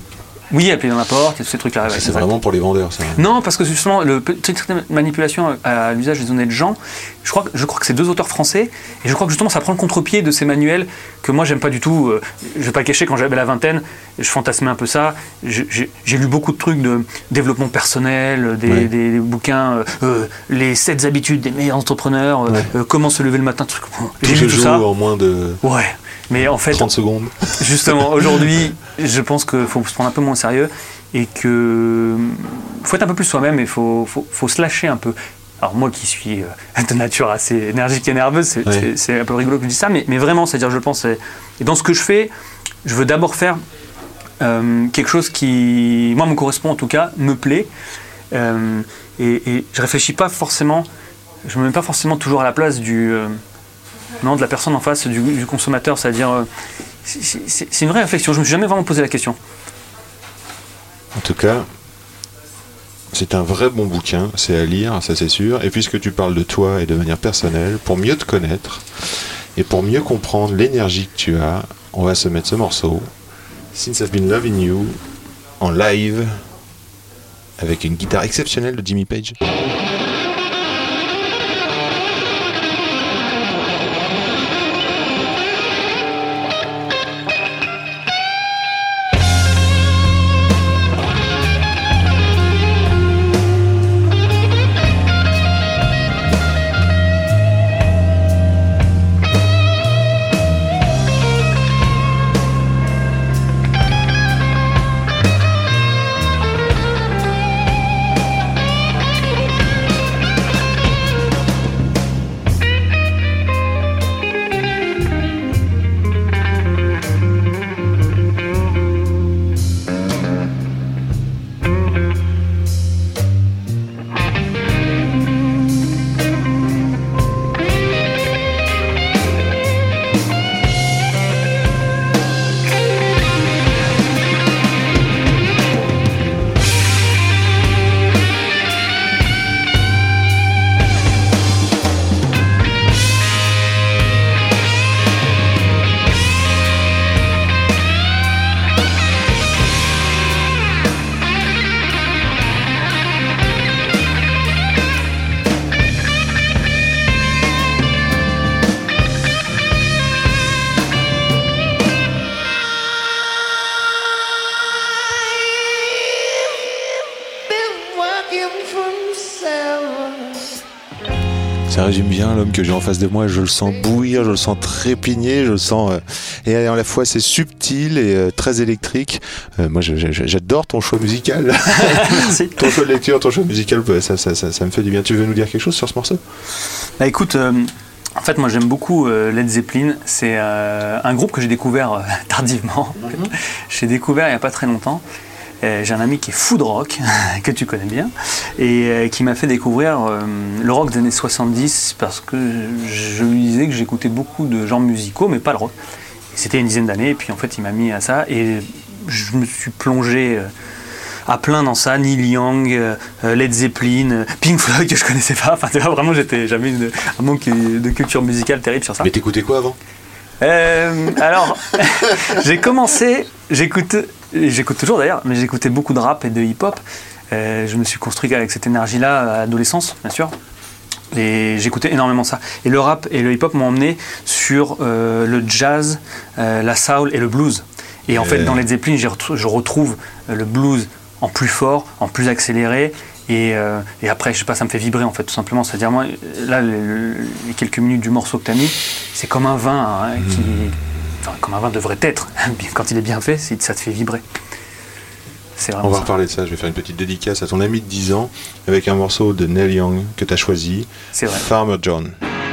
Oui, appuyer dans la porte, et tous ces trucs-là. Ouais, C'est exact. vraiment pour les vendeurs, ça. Non, parce que justement, le, une certaine manipulation à l'usage des honnêtes gens, je crois, que- je crois que c'est deux auteurs français, et je crois que justement ça prend le contre-pied de ces manuels que moi j'aime pas du tout. Euh, Je vais pas cacher, quand j'avais la vingtaine, je fantasmais un peu ça. Je- J'ai j'ai lu beaucoup de trucs de développement personnel, des, Ouais. des- des bouquins, euh, euh, les sept habitudes des meilleurs entrepreneurs, euh, Ouais. euh, comment se lever le matin, truc. J'ai Tout se lu tout joue ça. en moins de Ouais. Mais en fait, trente secondes. justement, aujourd'hui, je pense qu'il faut se prendre un peu moins au sérieux et que faut être un peu plus soi-même et faut, faut, faut se lâcher un peu. Alors moi qui suis euh, de nature assez énergique et nerveuse, c'est, Ouais. c'est, c'est un peu rigolo que je dise ça, mais, mais vraiment, c'est-à-dire, je pense, et et dans ce que je fais, je veux d'abord faire euh, quelque chose qui, moi, me correspond en tout cas, me plaît, euh, et, et je réfléchis pas forcément, je me mets pas forcément toujours à la place du euh, non, de la personne en face, du, du consommateur, c'est-à-dire, euh, c'est, c'est- c'est une vraie réflexion. Je me suis jamais vraiment posé la question. En tout cas, c'est un vrai bon bouquin, c'est à lire, ça c'est sûr. Et puisque tu parles de toi et de manière personnelle, pour mieux te connaître et pour mieux comprendre l'énergie que tu as, on va se mettre ce morceau, Since I've Been Loving You, en live, avec une guitare exceptionnelle de Jimmy Page. Ça résume bien l'homme que j'ai en face de moi. Je le sens bouillir, je le sens trépigner, je le sens. Euh, et à la fois, c'est subtil et euh, très électrique. Euh, moi, je- je- j'adore ton choix musical. Merci. Ton choix de lecture, ton choix musical, ça, ça, ça, ça me fait du bien. Tu veux nous dire quelque chose sur ce morceau ? Bah écoute, euh, en fait, moi j'aime beaucoup euh, Led Zeppelin. C'est euh, un groupe que j'ai découvert euh, tardivement. J'ai découvert il n'y a pas très longtemps. Euh, j'ai un ami qui est fou de rock, que tu connais bien, et euh, qui m'a fait découvrir euh, le rock des années soixante-dix parce que je lui disais que j'écoutais beaucoup de genres musicaux, mais pas le rock. Et c'était une dizaine d'années, et puis en fait il m'a mis à ça, et je me suis plongé euh, à plein dans ça. Neil Young, euh, Led Zeppelin, euh, Pink Floyd que je connaissais pas. Enfin, tu vois, vraiment, j'étais jamais une- un manque de culture musicale terrible sur ça. Mais t'écoutais quoi avant ? Euh, alors, j'ai commencé, j'écoute, j'écoute toujours d'ailleurs, mais j'écoutais beaucoup de rap et de hip-hop. Euh, je me suis construit avec cette énergie-là à l'adolescence, bien sûr. Et j'écoutais énormément ça. Et le rap et le hip-hop m'ont emmené sur euh, le jazz, euh, la soul et le blues. Et en Euh. fait, dans Led Zeppelin, j'ai retrou- je retrouve euh, le blues en plus fort, en plus accéléré. Et, euh, et après, je sais pas, ça me fait vibrer en fait, tout simplement. C'est-à-dire, moi, là, le- le- les quelques minutes du morceau que tu as mis, c'est comme un vin hein, qui. Enfin, comme un vin devrait être. Quand il est bien fait, c'est- ça te fait vibrer. C'est On vraiment va ça. reparler de ça. Je vais faire une petite dédicace à ton ami de dix ans avec un morceau de Neil Young que tu as choisi, C'est vrai. Farmer John.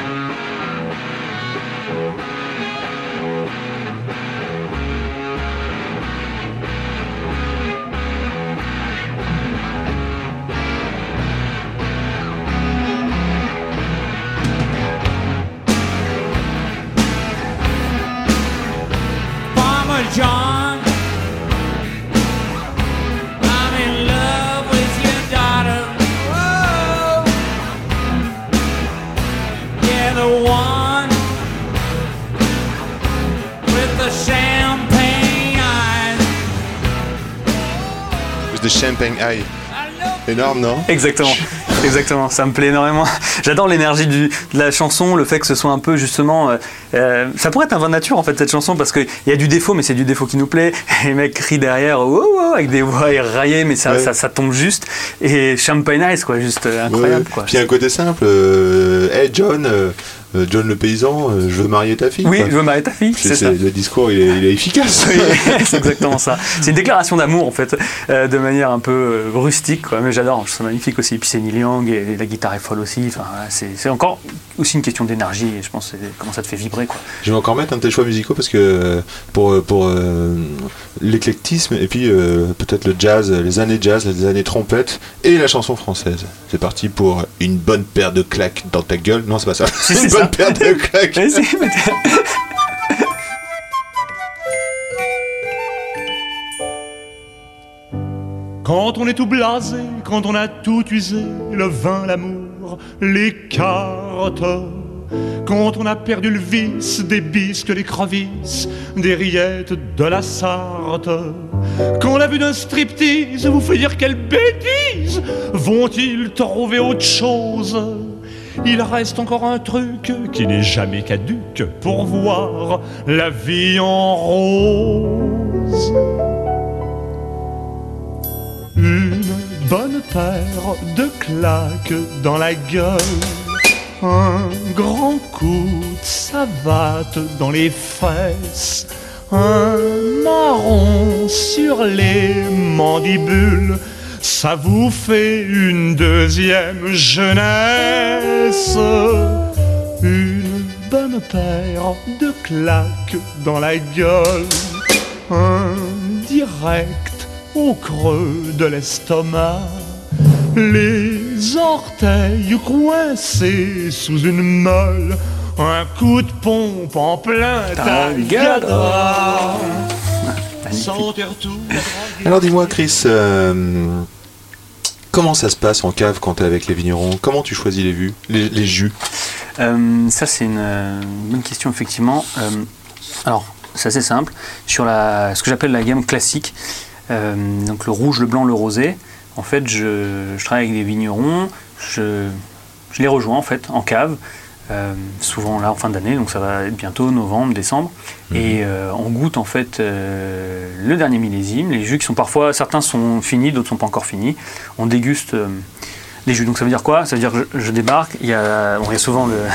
Farmer John, I'm in love with your daughter. Whoa. Champagne Eye. Énorme, non? Exactement, exactement, ça me plaît énormément. J'adore l'énergie du, de la chanson, le fait que ce soit un peu justement... Euh, euh, ça pourrait être un vin nature en fait cette chanson parce qu'il y a du défaut mais c'est du défaut qui nous plaît. Et les mecs crient derrière wow, wow, avec des voix éraillées mais ça, ouais. ça, ça tombe juste. Et Champagne Ice quoi, juste euh, incroyable ouais. quoi. Puis il y a un côté simple, euh, hey John... Euh... John le paysan, euh, je veux marier ta fille. Oui, quoi. je veux marier ta fille, c'est, c'est ça. Le discours, il est, il est efficace. Oui, c'est exactement ça. C'est une déclaration d'amour, en fait, euh, de manière un peu euh, rustique, quoi. Mais j'adore, je trouve ça magnifique aussi. Puis c'est Neil Young, et la guitare est folle aussi. Enfin, voilà, c'est, c'est encore aussi une question d'énergie, et je pense que c'est comment ça te fait vibrer, quoi. Je vais encore mettre un de tes choix musicaux, parce que pour, pour euh, l'éclectisme, et puis euh, peut-être le jazz, les années jazz, les années trompette, et la chanson française. C'est parti pour une bonne paire de claques dans ta gueule. Non, c'est pas ça. Si, une c'est bonne ça. paire de claques. Mais si, mais Quand on est tout blasé, quand on a tout usé, le vin, l'amour, les cartes. Quand on a perdu le vice des bisques, des crevisses, des rillettes de la Sarthe. Quand la vue d'un striptease vous fait dire quelle bêtise, vont-ils trouver autre chose? Il reste encore un truc qui n'est jamais caduc pour voir la vie en rose. Une bonne paire de claques dans la gueule, un grand coup de savate dans les fesses, un marron sur les mandibules, ça vous fait une deuxième jeunesse. Une bonne paire de claques dans la gueule, un direct au creux de l'estomac, les orteils coincés sous une meule, un coup de pompe en plein tagada. Sentir tout. Alors dis-moi Chris, euh, comment ça se passe en cave quand tu es avec les vignerons? Comment tu choisis les, vues, les, les jus? euh, Ça c'est une, une bonne question effectivement. Euh, alors c'est assez simple. Sur la, ce que j'appelle la gamme classique, Euh, donc le rouge, le blanc, le rosé. En fait, je, je travaille avec des vignerons, je, je les rejoins en fait en cave, euh, souvent là en fin d'année, donc ça va être bientôt novembre, décembre, mmh. et euh, on goûte en fait euh, le dernier millésime, les jus qui sont parfois, certains sont finis, d'autres sont pas encore finis. On déguste euh, les jus. Donc ça veut dire quoi? Ça veut dire que je, je débarque, il y a, bon, il y a souvent le,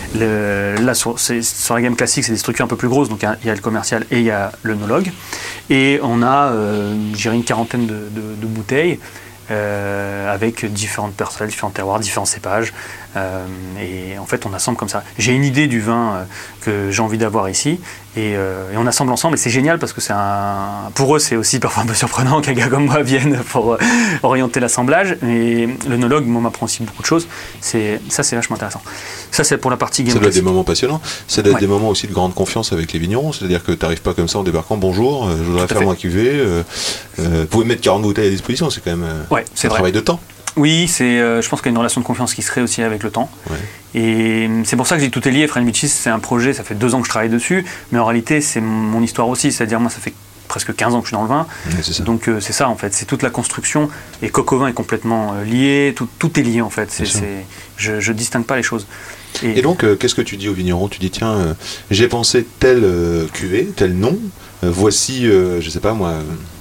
le là sur, c'est, sur la gamme classique, c'est des structures un peu plus grosses, donc il y a, il y a le commercial et il y a l'œnologue. Et on a, euh, je dirais, une quarantaine de, de, de bouteilles euh, avec différentes parcelles, différents terroirs, différents cépages. Euh, et en fait, on assemble comme ça. J'ai une idée du vin euh, que j'ai envie d'avoir ici. Et, euh, et on assemble ensemble. Et c'est génial parce que c'est un... pour eux, c'est aussi parfois un peu surprenant qu'un gars comme moi vienne pour euh, orienter l'assemblage. Mais l'œnologue m'apprend aussi beaucoup de choses. C'est... Ça, c'est vachement intéressant. Ça, c'est pour la partie game. Ça doit être classique. des moments passionnants. Ça doit être Ouais. des moments aussi de grande confiance avec les vignerons. C'est-à-dire que tu n'arrives pas comme ça en débarquant. Bonjour, euh, je voudrais Tout à faire fait. ma cuvée. Euh, euh, vous pouvez mettre quarante bouteilles à disposition. C'est quand même euh, Ouais, c'est un vrai. travail de temps. Oui, c'est, euh, je pense qu'il y a une relation de confiance qui se crée aussi avec le temps. Ouais. Et c'est pour ça que j'ai tout est lié. Friend Beaches, c'est un projet, ça fait deux ans que je travaille dessus, mais en réalité, c'est mon histoire aussi. C'est-à-dire, moi, ça fait presque quinze ans que je suis dans le vin. Ouais, c'est ça. Donc, euh, c'est ça, en fait. C'est toute la construction. Et Coq au vin est complètement euh, lié. Tout, tout est lié, en fait. C'est, Bien sûr. c'est, je ne distingue pas les choses. Et donc, euh, qu'est-ce que tu dis aux vignerons? Tu dis, tiens, euh, j'ai pensé telle euh, cuvée, tel nom, euh, voici, euh, je sais pas moi, euh,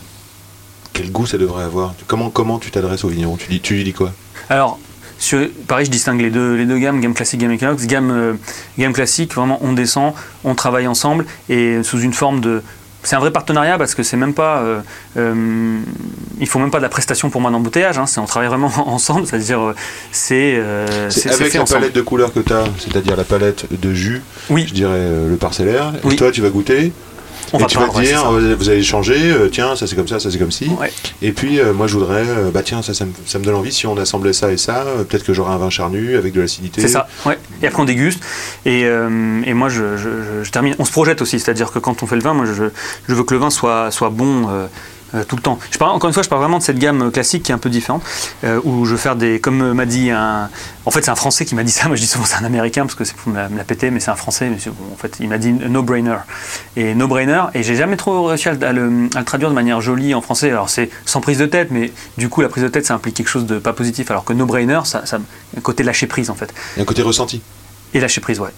quel goût ça devrait avoir. Comment, comment tu t'adresses aux vignerons? Tu, dis, tu lui dis quoi? Alors, sur, pareil, je distingue les deux, les deux gammes, gamme classique, gamme Equinox. Gamme, euh, gamme classique, vraiment, on descend, on travaille ensemble et sous une forme de... C'est un vrai partenariat parce que c'est même pas... Euh, euh, il faut même pas de la prestation pour moi d'embouteillage, hein, c'est, on travaille vraiment ensemble, c'est-à-dire euh, c'est, euh, C'est c'est, avec c'est fait la ensemble. palette de couleurs que tu as, c'est-à-dire la palette de jus, Oui. je dirais euh, le parcellaire, Oui. et toi tu vas goûter, On et va tu peindre, vas ouais, dire, c'est ça. euh, vous allez changer, euh, tiens, ça c'est comme ça, ça c'est comme ci, Ouais. et puis euh, moi je voudrais, euh, bah tiens, ça, ça, me, ça me donne envie, si on assemblait ça et ça, euh, peut-être que j'aurais un vin charnu avec de l'acidité. C'est ça, ouais. Et après on déguste. Et, euh, et moi je, je, je, je termine. On se projette aussi, c'est-à-dire que quand on fait le vin, moi je, je veux que le vin soit, soit bon euh, euh, tout le temps. Je parle, encore une fois, je parle vraiment de cette gamme classique qui est un peu différente, euh, où je veux faire des, comme m'a dit un, en fait c'est un Français qui m'a dit ça, moi je dis souvent c'est un Américain parce que c'est pour me la, me la péter, mais c'est un Français, mais bon, en fait il m'a dit no-brainer, et no-brainer, et j'ai jamais trop réussi à le, à, le, à le traduire de manière jolie en français, alors c'est sans prise de tête, mais du coup la prise de tête ça implique quelque chose de pas positif, alors que no-brainer, ça, ça un côté lâcher prise en fait. Il y a un côté ressenti. Et lâcher prise, ouais.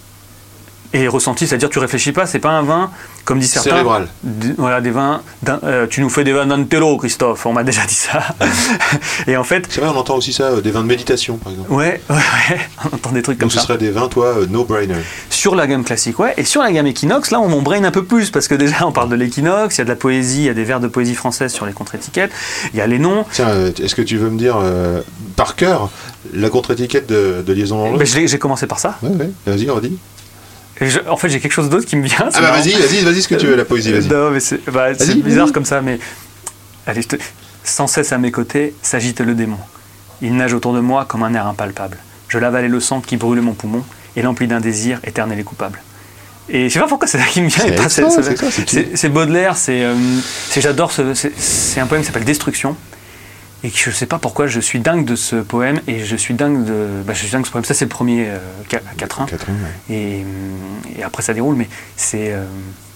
Et ressenti, c'est-à-dire tu réfléchis pas, c'est pas un vin, comme disent certains. Cérébral. D- voilà, des vins. Euh, tu nous fais des vins d'Antelo, Christophe, on m'a déjà dit ça. Et en fait. C'est vrai, on entend aussi ça, euh, des vins de méditation, par exemple. Ouais, ouais, ouais, on entend des trucs comme Donc ça. ce serait des vins, toi, euh, no-brainer. Sur la gamme classique, ouais. Et sur la gamme Equinox, là, on m'en brain un peu plus, parce que déjà, on parle de l'Equinox, il y a de la poésie, il y a des vers de poésie française sur les contre-étiquettes, il y a les noms. Tiens, euh, est-ce que tu veux me dire, euh, par cœur, la contre-étiquette de, de Liaison Dangereuse? Ben, je l'ai- j'ai commencé par ça. Ouais, ouais, vas-y, redis. Et je- en fait, j'ai quelque chose d'autre qui me vient. c'est Ah bah marrant. vas-y, vas-y, vas-y ce que tu veux, la poésie, vas-y. Non, mais c'est bah, c'est Vas-y, bizarre vas-y. comme ça, mais. Allez, je te... Sans cesse à mes côtés s'agite le démon. Il nage autour de moi comme un air impalpable. Je l'avalais le sang qui brûle mon poumon et l'emplit d'un désir éternel et coupable. Et je sais pas pourquoi c'est ça qui me vient. C'est et pas extra, ce- c'est extra, c'est c'est, qui c'est Baudelaire, c'est, euh, c'est j'adore ce, c'est, c'est un poème qui s'appelle Destruction. Et que je sais pas pourquoi je suis dingue de ce poème et je suis dingue de, bah, je suis dingue de ce poème. Ça c'est le premier euh, quatrain. Catherine, ouais. Et, hum, et après ça déroule, mais c'est. euh,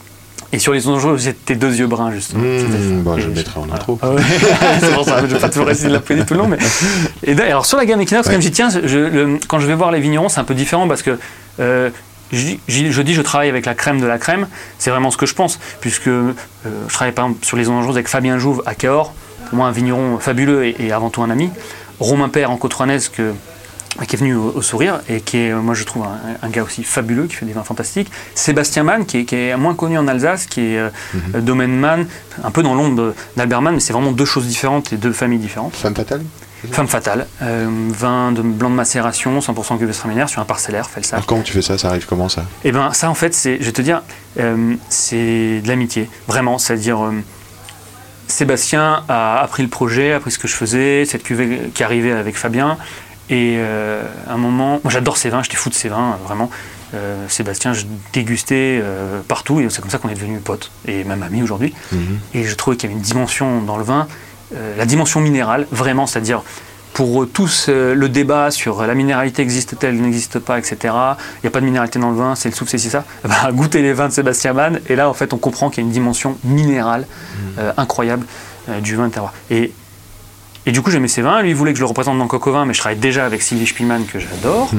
Et sur les ondes, j'ai tes deux yeux bruns, justement. Mmh, bon, Et je le mettrai en voilà. intro. Ah ouais. C'est pour ça, je vais pas toujours essayer de la poser tout le long. Mais... Et d'ailleurs, alors, sur la gamme Equinox, Ouais. comme j'y tiens, je, le- quand je vais voir les vignerons, c'est un peu différent parce que euh, j'y- j'y- je dis je travaille avec la crème de la crème, c'est vraiment ce que je pense, puisque euh, je travaille par exemple sur les ondes dangereuses avec Fabien Jouve à Cahors, pour moi un vigneron fabuleux et, et avant tout un ami. Romain Père en Côte-Rouennaise, que qui est venu au, au Sourire et qui est, moi je trouve, un, un gars aussi fabuleux, qui fait des vins fantastiques. Sébastien Mann, qui est, qui est moins connu en Alsace, qui est euh, Mhm. domaine Mann, un peu dans l'ombre de- d'Albert Mann, mais c'est vraiment deux choses différentes et deux familles différentes. Femme fatale. Femme fatale, euh, vin de blanc de macération, cent pour cent Gewürztraminer sur un parcellaire, Felsac. Alors comment tu fais ça? Ça arrive comment ça? Et ben ça en fait, c'est, je vais te dire, euh, c'est de l'amitié, vraiment, c'est-à-dire euh, Sébastien a appris le projet, a appris ce que je faisais, cette cuvée qui arrivait avec Fabien, et euh, à un moment, moi j'adore ces vins, j'étais fou de ces vins, euh, vraiment. Euh, Sébastien, je dégustais euh, partout, et c'est comme ça qu'on est devenus potes, et même amis aujourd'hui. Mhm. Et je trouvais qu'il y avait une dimension dans le vin, euh, la dimension minérale, vraiment, c'est-à-dire pour eux tous euh, le débat sur la minéralité existe-t-elle, n'existe pas, et cetera. Il n'y a pas de minéralité dans le vin, c'est le souffle, c'est ci, ça. Eh ben, goûter les vins de Sébastien Mann, et là en fait on comprend qu'il y a une dimension minérale euh, incroyable euh, du vin de terroir. Et, et du coup j'aimais ces vins, lui il voulait que je le représente dans Coq au Vin, mais je travaille déjà avec Sylvie Spielmann que j'adore.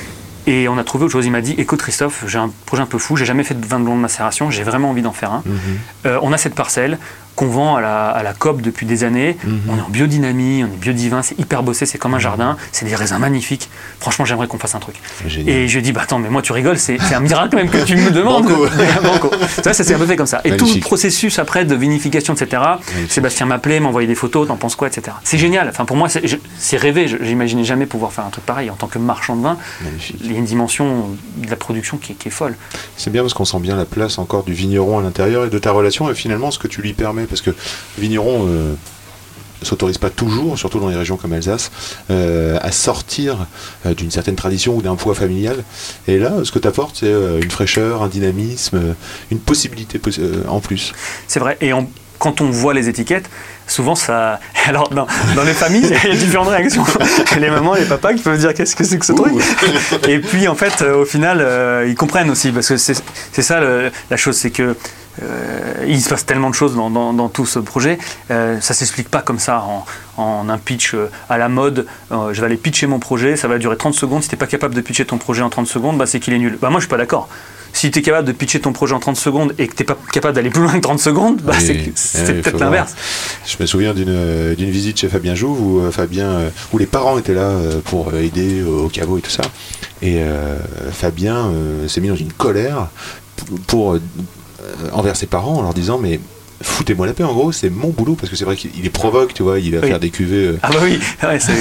Et on a trouvé autre chose. Il m'a dit, écoute Christophe, j'ai un projet un peu fou, j'ai jamais fait de vin de blond de macération, j'ai vraiment envie d'en faire un. Mhm. Euh, on a cette parcelle qu'on vend à la, à la C O P depuis des années. Mhm. On est en biodynamie, on est biodivin, c'est hyper bossé, c'est comme un jardin, c'est des raisins magnifiques. Franchement, j'aimerais qu'on fasse un truc. Génial. Et je lui ai dit, bah attends, mais moi tu rigoles, c'est, c'est un miracle même que tu me demandes. Banco. Banco. Ça, ça s'est un peu fait comme ça. Et tout Magnifique. le processus après de vinification, et cetera. Magnifique. Sébastien m'appelait, m'envoyait des photos, t'en penses quoi, et cetera. C'est génial. Enfin, pour moi, c'est, je- c'est rêvé. Je- J'imaginais jamais pouvoir faire un truc pareil en tant que marchand de vin. Magnifique. Il y a une dimension de la production qui est, qui est folle. C'est bien parce qu'on sent bien la place encore du vigneron à l'intérieur et de ta relation et finalement ce que tu lui permets parce que le vigneron euh, s'autorise pas toujours, surtout dans les régions comme Alsace, euh, à sortir euh, d'une certaine tradition ou d'un poids familial. Et là, ce que tu apportes, c'est euh, une fraîcheur, un dynamisme, euh, une possibilité possi- euh, en plus. C'est vrai. Et on- quand on voit les étiquettes, souvent ça. Alors, dans, dans les familles, il y a différentes réactions. Les mamans, les papas qui peuvent dire qu'est-ce que c'est que ce truc. Et puis, en fait, euh, au final, euh, ils comprennent aussi. Parce que c'est, c'est ça le- la chose, c'est que. Euh, il se passe tellement de choses dans, dans- dans tout ce projet, euh, ça s'explique pas comme ça en, en un pitch euh, à la mode. Euh, je vais aller pitcher mon projet, ça va durer trente secondes. Si t'es pas capable de pitcher ton projet en trente secondes, bah, c'est qu'il est nul. Bah, moi je suis pas d'accord. Si tu es capable de pitcher ton projet en trente secondes et que tu n'es pas capable d'aller plus loin que trente secondes, bah Oui, c'est, oui, c'est il peut-être faut l'inverse. Je me souviens d'une, euh, d'une visite chez Fabien Jouve où euh, Fabien, euh, où les parents étaient là euh, pour euh, aider au, au caveau et tout ça. Et euh, Fabien euh, s'est mis dans une colère pour, pour, euh, envers ses parents en leur disant mais foutez-moi la paix, en gros, c'est mon boulot, parce que c'est vrai qu'il les provoque, tu vois, il va Oui. faire des cuvées. Euh, Ah bah oui, ouais, c'est...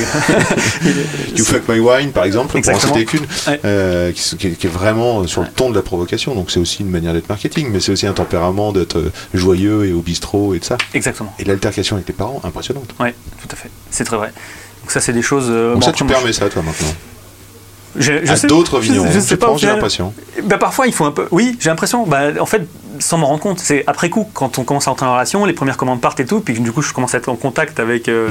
You Fuck My Wine, par exemple, pour en Exactement. citer qu'une, Ouais. euh, qui, qui est- qui est vraiment sur le ton de la provocation, donc c'est aussi une manière d'être marketing, mais c'est aussi un tempérament d'être euh, joyeux et au bistrot et de ça. Exactement, Et l'altercation avec tes parents, impressionnante. ouais, tout à fait, c'est très vrai. Donc ça c'est des choses... euh, Donc bon, ça, après, tu moi, permets ça, toi, maintenant je, je à sais- d'autres je- vignerons, je je, sais pas, pense, au j'ai final. l'impression. Bah, parfois, il faut un peu. Oui, j'ai l'impression. Bah, en fait, sans m'en rendre compte. C'est après coup, quand on commence à entrer en relation, les premières commandes partent et tout, puis du coup, je commence à être en contact avec euh,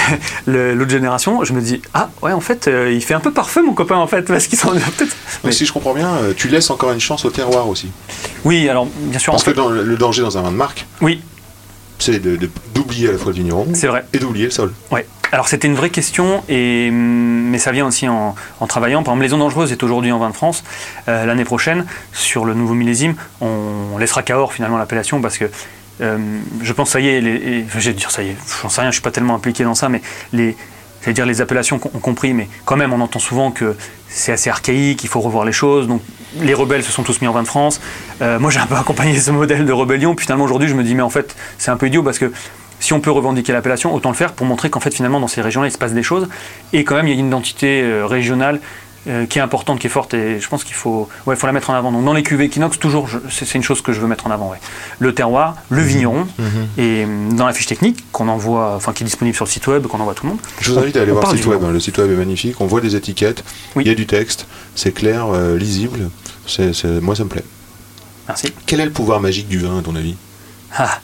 le, l'autre génération. Je me dis, ah ouais, en fait, euh, il fait un peu parfum, mon copain, en fait, parce qu'il s'en est peut-être. Mais si je comprends bien, euh, tu laisses encore une chance au terroir aussi. Oui, alors, bien sûr. Parce en fait, que dans le, le danger dans un vin de marque, oui, c'est de, de- d'oublier à la fois le vigneron c'est vrai. et d'oublier le sol. Ouais. Alors c'était une vraie question, et, hum, mais ça vient aussi en, en travaillant. Par exemple, Maison Dangereuse est aujourd'hui en vin de France. Euh, l'année prochaine, sur le nouveau millésime, on, on laissera Cahors finalement l'appellation parce que euh, je pense ça y est, les, les, enfin, je vais dire ça y est, j'en sais rien, je suis pas tellement impliqué dans ça, mais les, c'est-à-dire les appellations ont compris, mais quand même on entend souvent que c'est assez archaïque, il faut revoir les choses. Donc les rebelles se sont tous mis en vin de France. Euh, moi j'ai un peu accompagné ce modèle de rébellion. Puis finalement aujourd'hui je me dis mais en fait c'est un peu idiot parce que si on peut revendiquer l'appellation, autant le faire pour montrer qu'en fait finalement dans ces régions-là il se passe des choses et quand même il y a une identité euh, régionale euh, qui est importante, qui est forte et je pense qu'il faut, ouais, faut la mettre en avant. Donc dans les cuvées Equinox, toujours, je, c'est, c'est une chose que je veux mettre en avant. Ouais. Le terroir, le vigneron Mmh. et euh, dans la fiche technique qu'on envoie, enfin qui est disponible sur le site web, qu'on envoie à tout le monde. Je vous invite à aller On voir le parle site du web. vigneron. hein. Le site web est magnifique. On voit des étiquettes, il Oui. y a du texte, c'est clair, euh, lisible. C'est, c'est- moi ça me plaît. Merci. Quel est le pouvoir magique du vin à ton avis? Ah.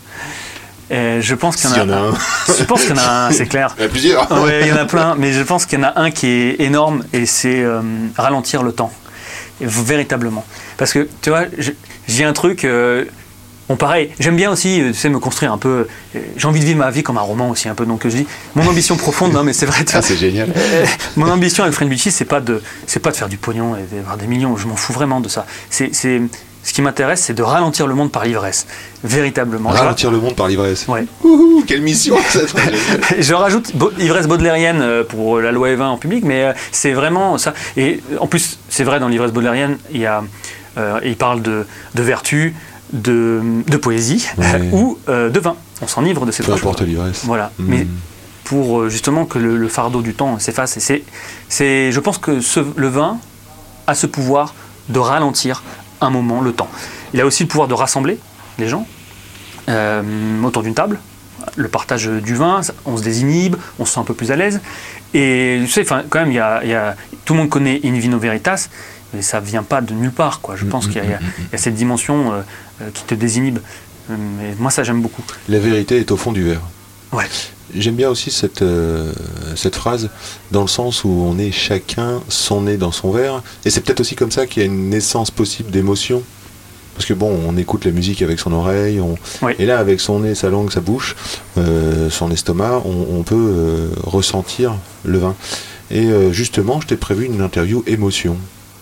Euh, je pense qu'il y S'il en a, y en a un. Je pense qu'il y en a un, c'est clair. Il y en a plusieurs. Oui, il y en a plein, mais je pense qu'il y en a un qui est énorme et c'est euh, ralentir le temps, et véritablement. Parce que tu vois, je- j'ai un truc. Euh, bon, pareil, j'aime bien aussi, euh, tu sais, me construire un peu. euh, J'ai envie de vivre ma vie comme un roman aussi un peu. Donc je dis, mon ambition profonde, non mais c'est vrai. tu Ah, vois, c'est génial. euh, mon ambition avec Friend Beachy, c'est pas de, c'est pas de faire du pognon et d'avoir des millions. Je m'en fous vraiment de ça. C'est, c'est, ce qui m'intéresse, c'est de ralentir le monde par l'ivresse, véritablement. Je- Ralentir le monde par l'ivresse. Ouais. Ouhou, quelle mission ça serait génial. Je rajoute bo- ivresse baudelairienne euh, pour la loi Evin en public, mais euh, c'est vraiment ça. Et euh, en plus, c'est vrai, dans l'ivresse baudelairienne, il, y a, euh, il parle de, de vertu, de, de poésie Ouais. ou euh, de vin. On s'enivre de ces Peu trois importe choses. l'ivresse. Voilà. Mm. Mais pour euh, justement que le, le fardeau du temps s'efface. Et c'est, c'est, je pense que ce, le vin a ce pouvoir de ralentir un moment, le temps. Il a aussi le pouvoir de rassembler les gens euh, autour d'une table. Le partage du vin, ça- on se désinhibe, on se sent un peu plus à l'aise. Et tu sais, enfin, quand même, il y a, il y a- tout le monde connaît In Vino Veritas, mais ça vient pas de nulle part, quoi. Je pense qu'il y a, il y a- il y a cette dimension euh, euh, qui te désinhibe. Euh, Mais moi, ça, j'aime beaucoup. La vérité est au fond du verre. Ouais. J'aime bien aussi cette, euh, cette phrase, dans le sens où on est chacun son nez dans son verre. Et c'est peut-être aussi comme ça qu'il y a une naissance possible d'émotion. Parce que bon, on écoute la musique avec son oreille, on... Oui. et là avec son nez, sa langue, sa bouche, euh, son estomac, on, on peut euh, ressentir le vin. Et euh, justement, je t'ai prévu une interview émotion.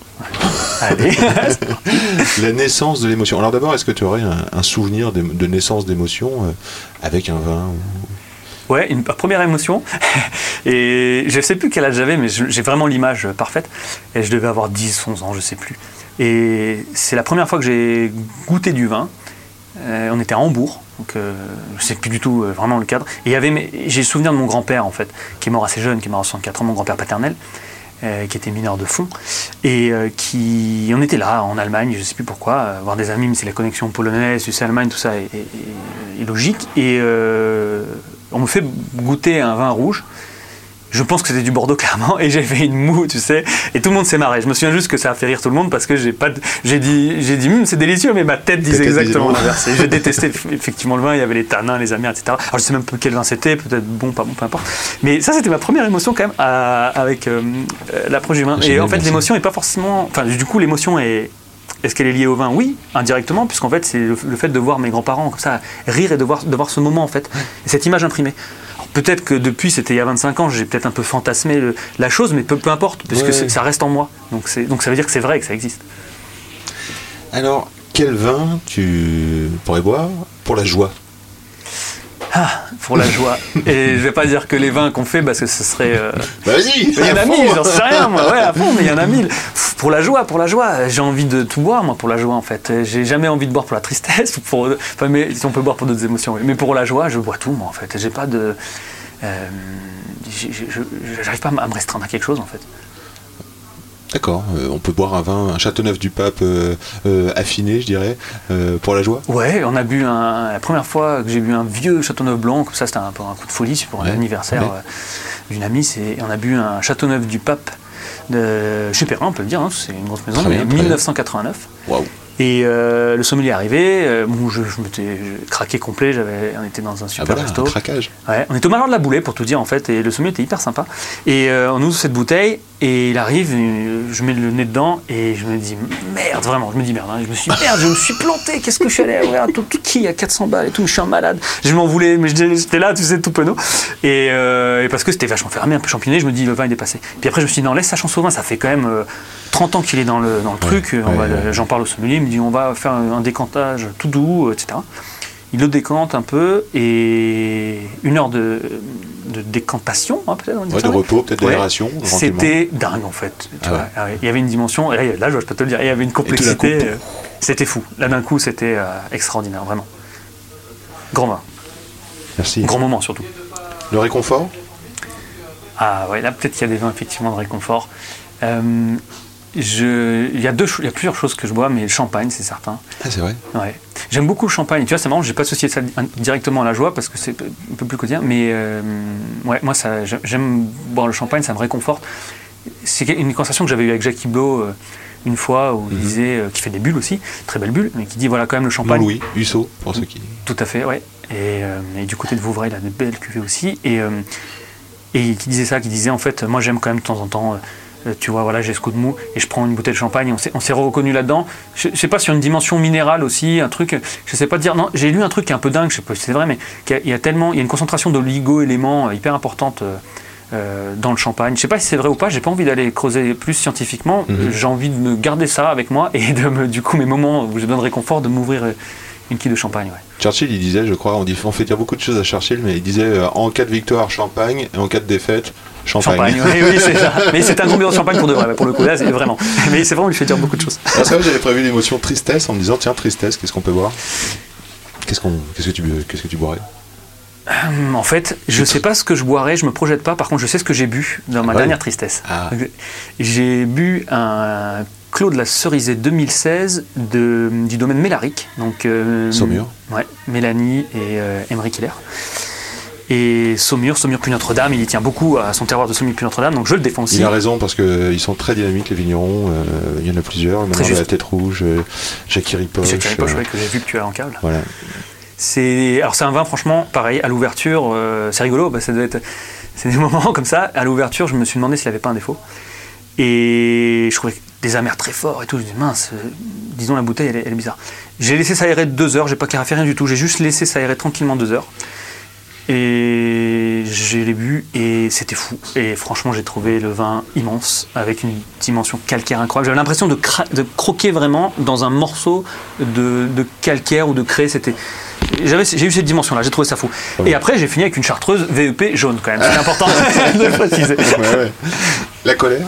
Allez. La naissance de l'émotion. Alors d'abord, est-ce que tu aurais un, un souvenir de, de naissance d'émotion euh, avec un vin ou- Ouais, une première émotion. Et je sais plus quel âge j'avais, mais je- j'ai vraiment l'image parfaite. Et je devais avoir dix, onze ans, je sais plus. Et c'est la première fois que j'ai goûté du vin. Euh, on était à Hambourg, donc euh, je sais plus du tout euh, vraiment le cadre. Et il y avait, mes- j'ai le souvenir de mon grand-père en fait, qui est mort assez jeune, qui est mort à soixante-quatre ans, mon grand-père paternel, euh, qui était mineur de fond, et euh, qui, on était là en Allemagne, je sais plus pourquoi, euh, voir des amis, mais c'est la connexion polonaise, Suisse, Allemagne, tout ça est, est- est- est logique. Et euh, on me fait goûter un vin rouge. Je pense que c'était du Bordeaux clairement et j'ai fait une moue, tu sais, et tout le monde s'est marré. Je me souviens juste que ça a fait rire tout le monde parce que j'ai pas, de- j'ai dit, j'ai dit, Hum, c'est délicieux, mais ma tête disait tête disait exactement non. l'inverse. Et j'ai détesté effectivement le vin. Il y avait les tanins, les amers, et cetera. Alors je sais même plus quel vin c'était, peut-être bon, pas bon, peu importe. Mais ça, c'était ma première émotion quand même à- avec euh, euh, l'approche du vin. Et Génial, en fait, merci. l'émotion est pas forcément, enfin, du coup, l'émotion est Est-ce qu'elle est liée au vin? Oui, indirectement, puisqu'en fait, c'est le, le fait de voir mes grands-parents comme ça rire et de voir, de voir ce moment, en fait, et cette image imprimée. Alors, peut-être que depuis, c'était il y a vingt-cinq ans, j'ai peut-être un peu fantasmé le- la chose, mais peu, peu importe, puisque Ouais. c'est- ça reste en moi. Donc, c'est- donc ça veut dire que c'est vrai et que ça existe. Alors, quel vin tu pourrais boire pour la joie? Ah, pour la joie. Et je vais pas dire que les vins qu'on fait, parce que ce serait... euh, Bah, vas-y. Il y en à a fond. mille, j'en sais rien, moi. Ouais, à fond, mais il y en a mille. Pff, Pour la joie, pour la joie. J'ai envie de tout boire, moi, pour la joie, en fait. J'ai jamais envie de boire pour la tristesse, ou pour. Enfin, mais si on peut boire pour d'autres émotions. oui. Mais pour la joie, je bois tout, moi, en fait. J'ai pas de. euh, j'ai- j'ai- je- J'arrive pas à me restreindre à quelque chose, en fait. D'accord, euh, on peut boire un vin, un Châteauneuf du Pape euh, euh, affiné, je dirais, euh, pour la joie. Ouais, on a bu un. La première fois que j'ai bu un vieux Châteauneuf blanc, comme ça, c'était un peu un coup de folie, c'est pour Ouais, l'anniversaire ouais. euh, d'une amie. c'est- On a bu un Châteauneuf du Pape de chez Perrin, on peut le dire, hein, c'est une grosse maison, Très mais bien, très bien. mille neuf cent quatre-vingt-neuf. Waouh. Et euh, le sommelier est arrivé, euh, bon, je, je m'étais craqué complet, j'avais, on était dans un super Ah voilà, resto. un craquage. Ouais, on était au Manoir de la Boulée pour tout dire en fait, et le sommelier était hyper sympa. Et euh, on ouvre cette bouteille, et il arrive, et je mets le nez dedans, et je me dis merde, vraiment, je me dis merde, hein, je me suis merde, je me suis planté, qu'est-ce que je suis allé ouvrir un tout qui à quatre cents balles et tout, je suis un malade. Je m'en voulais, mais j'étais là, tu sais, tout penaud. Et, euh, et parce que c'était vachement fermé, un peu champigné, je me dis le vin il est passé. Puis après je me suis dit non, laisse sa chance au vin, ça fait quand même euh, trente ans qu'il est dans le, dans le truc, on va, ouais, ouais. j'en parle au sommelier, il me dit on va faire un, un décantage tout doux, et cetera. Il le décante un peu et une heure de, de décantation, hein, peut-être. On dit Ouais, ça, de ouais. repos, peut-être Ouais. d'aération. tranquillement. C'était dingue en fait. Tu Ah vois. ouais. Ah ouais. Il y avait une dimension, et là, là, je peux te le dire, il y avait une complexité. coup, euh, C'était fou. Là d'un coup, c'était euh, extraordinaire, vraiment. Grand vin, Merci. grand moment surtout. Le réconfort. Ah ouais, là peut-être qu'il y a des vins effectivement de réconfort. Euh, je, il y a deux, cho- il y a plusieurs choses que je bois, mais le champagne, c'est certain. Ah, c'est vrai. Ouais. J'aime beaucoup le champagne. Tu vois, c'est marrant, j'ai pas associé ça directement à la joie parce que c'est un peu plus quotidien. Mais euh, ouais, moi, ça, j'aime- j'aime boire le champagne, ça me réconforte. C'est une conversation que j'avais eue avec Jacques Hiblot euh, une fois où il Mhm. disait, euh, qui fait des bulles aussi, très belles bulles, mais qui dit voilà quand même le champagne. Louis, Husso, pour ceux qui. Tout à fait, ouais. Et, euh, et du côté de Vouvray, il a de belles cuvées aussi. Et, euh, et qui disait ça, qui disait en fait, moi j'aime quand même de temps en temps. Euh, tu vois, voilà, j'ai ce coup de mou et je prends une bouteille de champagne et on s'est, on s'est reconnu là-dedans. Je, je sais pas, sur une dimension minérale aussi, un truc, je sais pas te dire, non, j'ai lu un truc qui est un peu dingue, je sais pas si c'est vrai, mais qu'il y a- il y a tellement, il y a une concentration d'oligo-éléments euh, hyper importante euh, euh, dans le champagne. Je sais pas si c'est vrai ou pas, j'ai pas envie d'aller creuser plus scientifiquement, Mhm. j'ai envie de me garder ça avec moi et de me, du coup, mes moments où j'ai besoin de réconfort, de m'ouvrir euh, une quille de champagne, ouais. Churchill, il disait, je crois, on, dit, on fait dire beaucoup de choses à Churchill, mais il disait euh, en cas de victoire, champagne, et en cas de défaite, champagne. Champagne, oui, oui, c'est ça. Mais c'est un combinaison de champagne pour de vrai, pour le coup, là, c'est vraiment. Mais c'est vraiment, il lui fait dire beaucoup de choses. Ah, c'est vrai, j'avais prévu l'émotion tristesse en me disant, tiens, tristesse, qu'est-ce qu'on peut boire qu'est-ce, qu'on, qu'est-ce, que tu, qu'est-ce que tu boirais Hum, En fait, je sais pas ce que je boirais, je me projette pas. Par contre, je sais ce que j'ai bu dans ma Ah ouais. dernière tristesse. Ah. J'ai bu un Clos de la Cerisée deux mille seize de, du domaine Mélaric. Donc, euh, Saumur. Ouais, Mélanie et euh, Émeric Hiller. Et Saumur, Saumur puis Notre-Dame, il y tient beaucoup à son terroir de Saumur puis Notre-Dame, donc je le défends aussi. Il a raison, parce qu'ils sont très dynamiques, les vignerons. Euh, il y en a plusieurs. Maintenant, juste. la Tête Rouge, euh, Jackie Ripoche. Jacques Ripoche, euh, ouais, que j'ai vu que tu as en câble. Voilà. C'est, alors c'est un vin franchement pareil à l'ouverture, euh, c'est rigolo, bah, ça doit être, c'est des moments comme ça. À l'ouverture, je me suis demandé s'il avait pas un défaut, et je trouvais des amers très forts et tout. Je me dis mince, euh, disons la bouteille elle est, elle est bizarre. J'ai laissé s'aérer deux heures, j'ai pas clarifié rien du tout, j'ai juste laissé s'aérer tranquillement deux heures. Et j'ai les bu et c'était fou. Et franchement, j'ai trouvé le vin immense avec une dimension calcaire incroyable. J'avais l'impression de, cra- de croquer vraiment dans un morceau de, de calcaire ou de craie. C'était, j'avais, j'ai eu cette dimension-là. J'ai trouvé ça fou. Et après, j'ai fini avec une chartreuse V E P jaune quand même. C'est important de le préciser. Ouais, ouais. La colère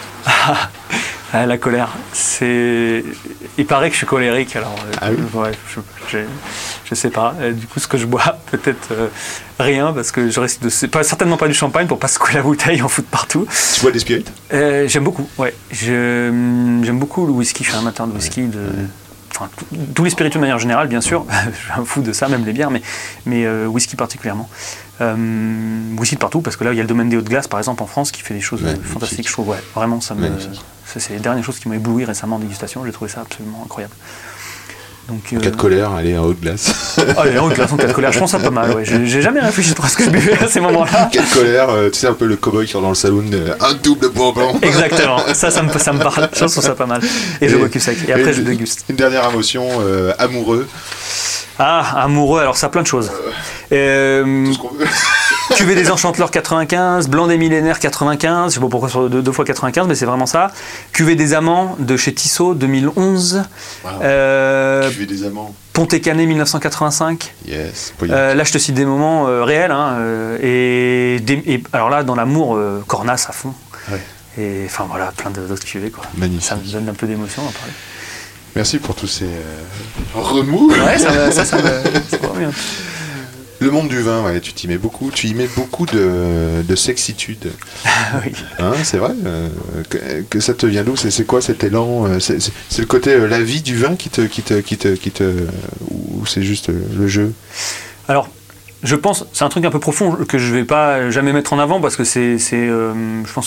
Ah, la colère, c'est. Il paraît que je suis colérique, alors. euh, Ah oui ouais, je, je, je sais pas. Euh, du coup, ce que je bois, peut-être euh, rien, parce que je risque de. C'est pas, certainement pas du champagne pour pas secouer la bouteille, en foutre partout. Tu bois des spirites Euh, j'aime beaucoup, ouais. Je, j'aime beaucoup le whisky, je suis un amateur de whisky, de. Enfin, tout- tous les spiritueux de manière générale, bien sûr. Je suis un fou de ça, même les bières, mais, mais euh, whisky particulièrement. Euh, whisky de partout, parce que là, il y a le domaine des Hauts-de-Glace, par exemple, en France, qui fait des choses Ouais, euh, magnifique. fantastiques, je trouve. Ouais, vraiment, ça me. Magnifique. Ça, c'est les dernières choses qui m'ont ébloui récemment en dégustation. J'ai trouvé ça absolument incroyable. Donc, En cas de colère, allez, en haut de glace. Ah, les Hauts-de-Glace en cas de colère, je pense ça pas mal. Ouais. J'ai, j'ai jamais réfléchi trop à ce que je buvais à ces moments-là. Quelle colère, euh, tu sais, un peu le cow-boy qui est dans le saloon, euh, un double bourbon. Exactement, ça, ça me, ça me parle. Je trouve ça pas mal. Et je bois cul sec. Et après, et je déguste. Une dernière émotion, euh, amoureux. Ah, amoureux, alors ça a plein de choses. Euh, Tout ce qu'on veut. Cuvée des Enchanteleurs quatre-vingt-quinze, Blanc des Millénaires quatre-vingt-quinze, je sais pas pourquoi sur deux, deux fois quatre-vingt-quinze, mais c'est vraiment ça. Cuvée des Amants de chez Tissot deux mille onze. Wow. Euh, Cuvée des amants. Pontet-Canet mille neuf cent quatre-vingt-cinq. Yes. Oui. Euh, là, je te cite des moments euh, réels. Hein, euh, et, des- et alors là, dans l'amour, euh, Cornas à fond. Ouais. Et enfin voilà, plein de- d'autres cuvées. Quoi. Magnifique. Ça me donne un peu d'émotion d'en parler. Merci pour tous ces euh, remous. Ouais, ça, me- ça, ça me. C'est vraiment bien. Le monde du vin, ouais, tu t'y mets beaucoup. Tu y mets beaucoup de, de sexitude. Oui. Hein, c'est vrai euh, que, que ça te vient d'où c'est, c'est quoi cet élan euh, c'est, c'est, c'est le côté euh, la vie du vin qui te, qui te, qui te, qui te, ou c'est juste euh, le jeu? Alors, je pense, c'est un truc un peu profond que je vais pas jamais mettre en avant parce que c'est, c'est euh, je pense,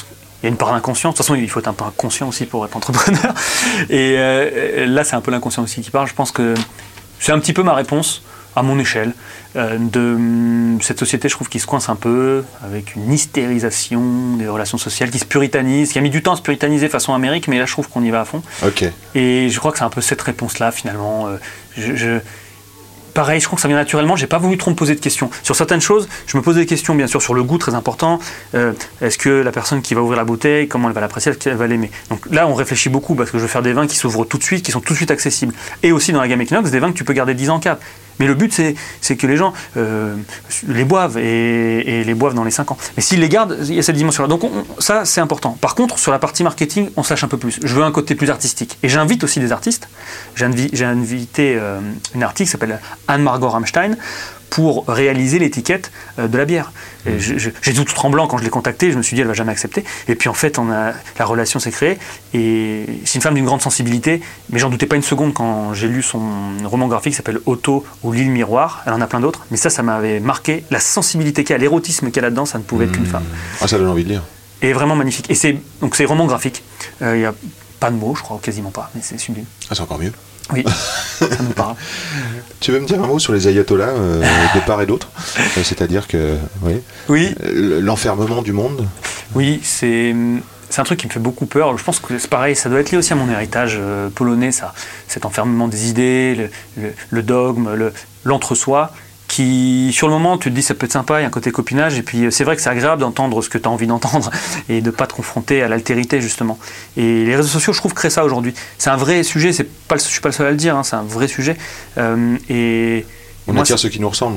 il y a une part d'inconscient. De toute façon, il faut être un peu inconscient aussi pour être entrepreneur. Et euh, là, c'est un peu l'inconscient aussi qui parle. Je pense que c'est un petit peu ma réponse à mon échelle euh, de cette société, je trouve, qui se coince un peu avec une hystérisation des relations sociales, qui se puritanise, qui a mis du temps à se puritaniser façon Amérique, mais là, je trouve qu'on y va à fond. Ok. Et je crois que c'est un peu cette réponse-là, finalement. Euh, je, je... Pareil, je crois que ça vient naturellement. J'ai pas voulu trop me poser de questions. Sur certaines choses, je me pose des questions, bien sûr, sur le goût, très important. Euh, est-ce que la personne qui va ouvrir la bouteille, comment elle va l'apprécier, est-ce qu'elle va l'aimer? Donc là, on réfléchit beaucoup parce que je veux faire des vins qui s'ouvrent tout de suite, qui sont tout de suite accessibles. Et aussi dans la gamme Equinox, des vins que tu peux garder dix ans en cave. Mais le but, c'est, c'est que les gens euh, les boivent et, et les boivent dans les cinq ans. Mais s'ils les gardent, il y a cette dimension-là. Donc on, ça, c'est important. Par contre, sur la partie marketing, on se lâche un peu plus. Je veux un côté plus artistique. Et j'invite aussi des artistes. J'ai, invi- j'ai invité euh, une artiste qui s'appelle Anne-Margot Rammstein pour réaliser l'étiquette euh, de la bière. Et je, je, j'ai tout tremblant quand je l'ai contactée, je me suis dit elle va jamais accepter. Et puis en fait, on a, la relation s'est créée. Et c'est une femme d'une grande sensibilité, mais j'en doutais pas une seconde quand j'ai lu son roman graphique qui s'appelle Otto ou L'île miroir. Elle en a plein d'autres, mais ça, ça m'avait marqué. La sensibilité qu'il y a, l'érotisme qu'il y a là-dedans, ça ne pouvait être qu'une femme. Ah, ça donne envie de lire. Et vraiment magnifique. Et c'est donc c'est roman graphique. Il euh, y a pas de mots, je crois, quasiment pas, mais c'est sublime. Ah, c'est encore mieux. Oui, ça nous parle. Tu veux me dire un mot sur les ayatollahs euh, de part et d'autre, euh, c'est-à-dire que oui, oui. Euh, l'enfermement du monde. Oui, c'est, c'est un truc qui me fait beaucoup peur. Je pense que c'est pareil, ça doit être lié aussi à mon héritage euh, polonais, ça, cet enfermement des idées, le, le, le dogme, le, l'entre-soi, qui, sur le moment, tu te dis ça peut être sympa, il y a un côté copinage, et puis c'est vrai que c'est agréable d'entendre ce que tu as envie d'entendre et de ne pas te confronter à l'altérité, justement. Et les réseaux sociaux, je trouve, créent ça aujourd'hui. C'est un vrai sujet, c'est pas le, je ne suis pas le seul à le dire, hein, c'est un vrai sujet. Euh, et On moi, attire c'est... ceux qui nous ressemblent.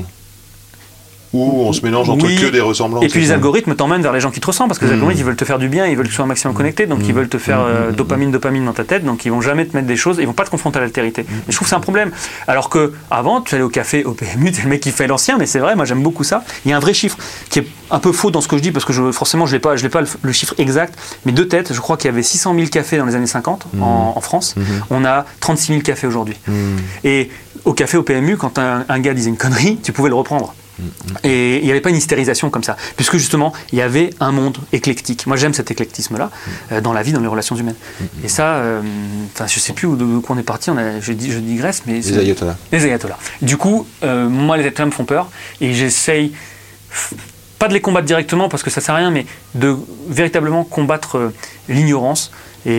Ou on se mélange entre oui. que des ressemblances. Et puis les ça. algorithmes t'emmènent vers les gens qui te ressemblent, parce que les mmh. algorithmes, ils veulent te faire du bien, ils veulent que tu sois un maximum connecté, donc mmh. ils veulent te faire euh, dopamine, dopamine dans ta tête, donc ils vont jamais te mettre des choses, ils vont pas te confronter à l'altérité. Mmh. Et je trouve que c'est un problème. Alors que avant, tu allais au café, au P M U, t'es le mec qui fait l'ancien, mais c'est vrai, moi j'aime beaucoup ça. Il y a un vrai chiffre qui est un peu faux dans ce que je dis, parce que je, forcément je l'ai pas, je l'ai pas le, le chiffre exact, mais de tête, je crois qu'il y avait six cent mille cafés dans les années cinquante mmh. en, en France. Mmh. On a trente-six mille cafés aujourd'hui. Mmh. Et au café, au P M U, quand un, un gars disait une connerie, tu pouvais le reprendre. Et il n'y avait pas une hystérisation comme ça, puisque justement, il y avait un monde éclectique. Moi, j'aime cet éclectisme-là, euh, dans la vie, dans les relations humaines. Et ça, euh, je ne sais plus où, où on est parti, on a, je, dis, je digresse, mais... Les ayatollahs. Les ayatollahs. Du coup, euh, moi, les ayatollahs me font peur, et j'essaye, pas de les combattre directement, parce que ça ne sert à rien, mais de véritablement combattre euh, l'ignorance,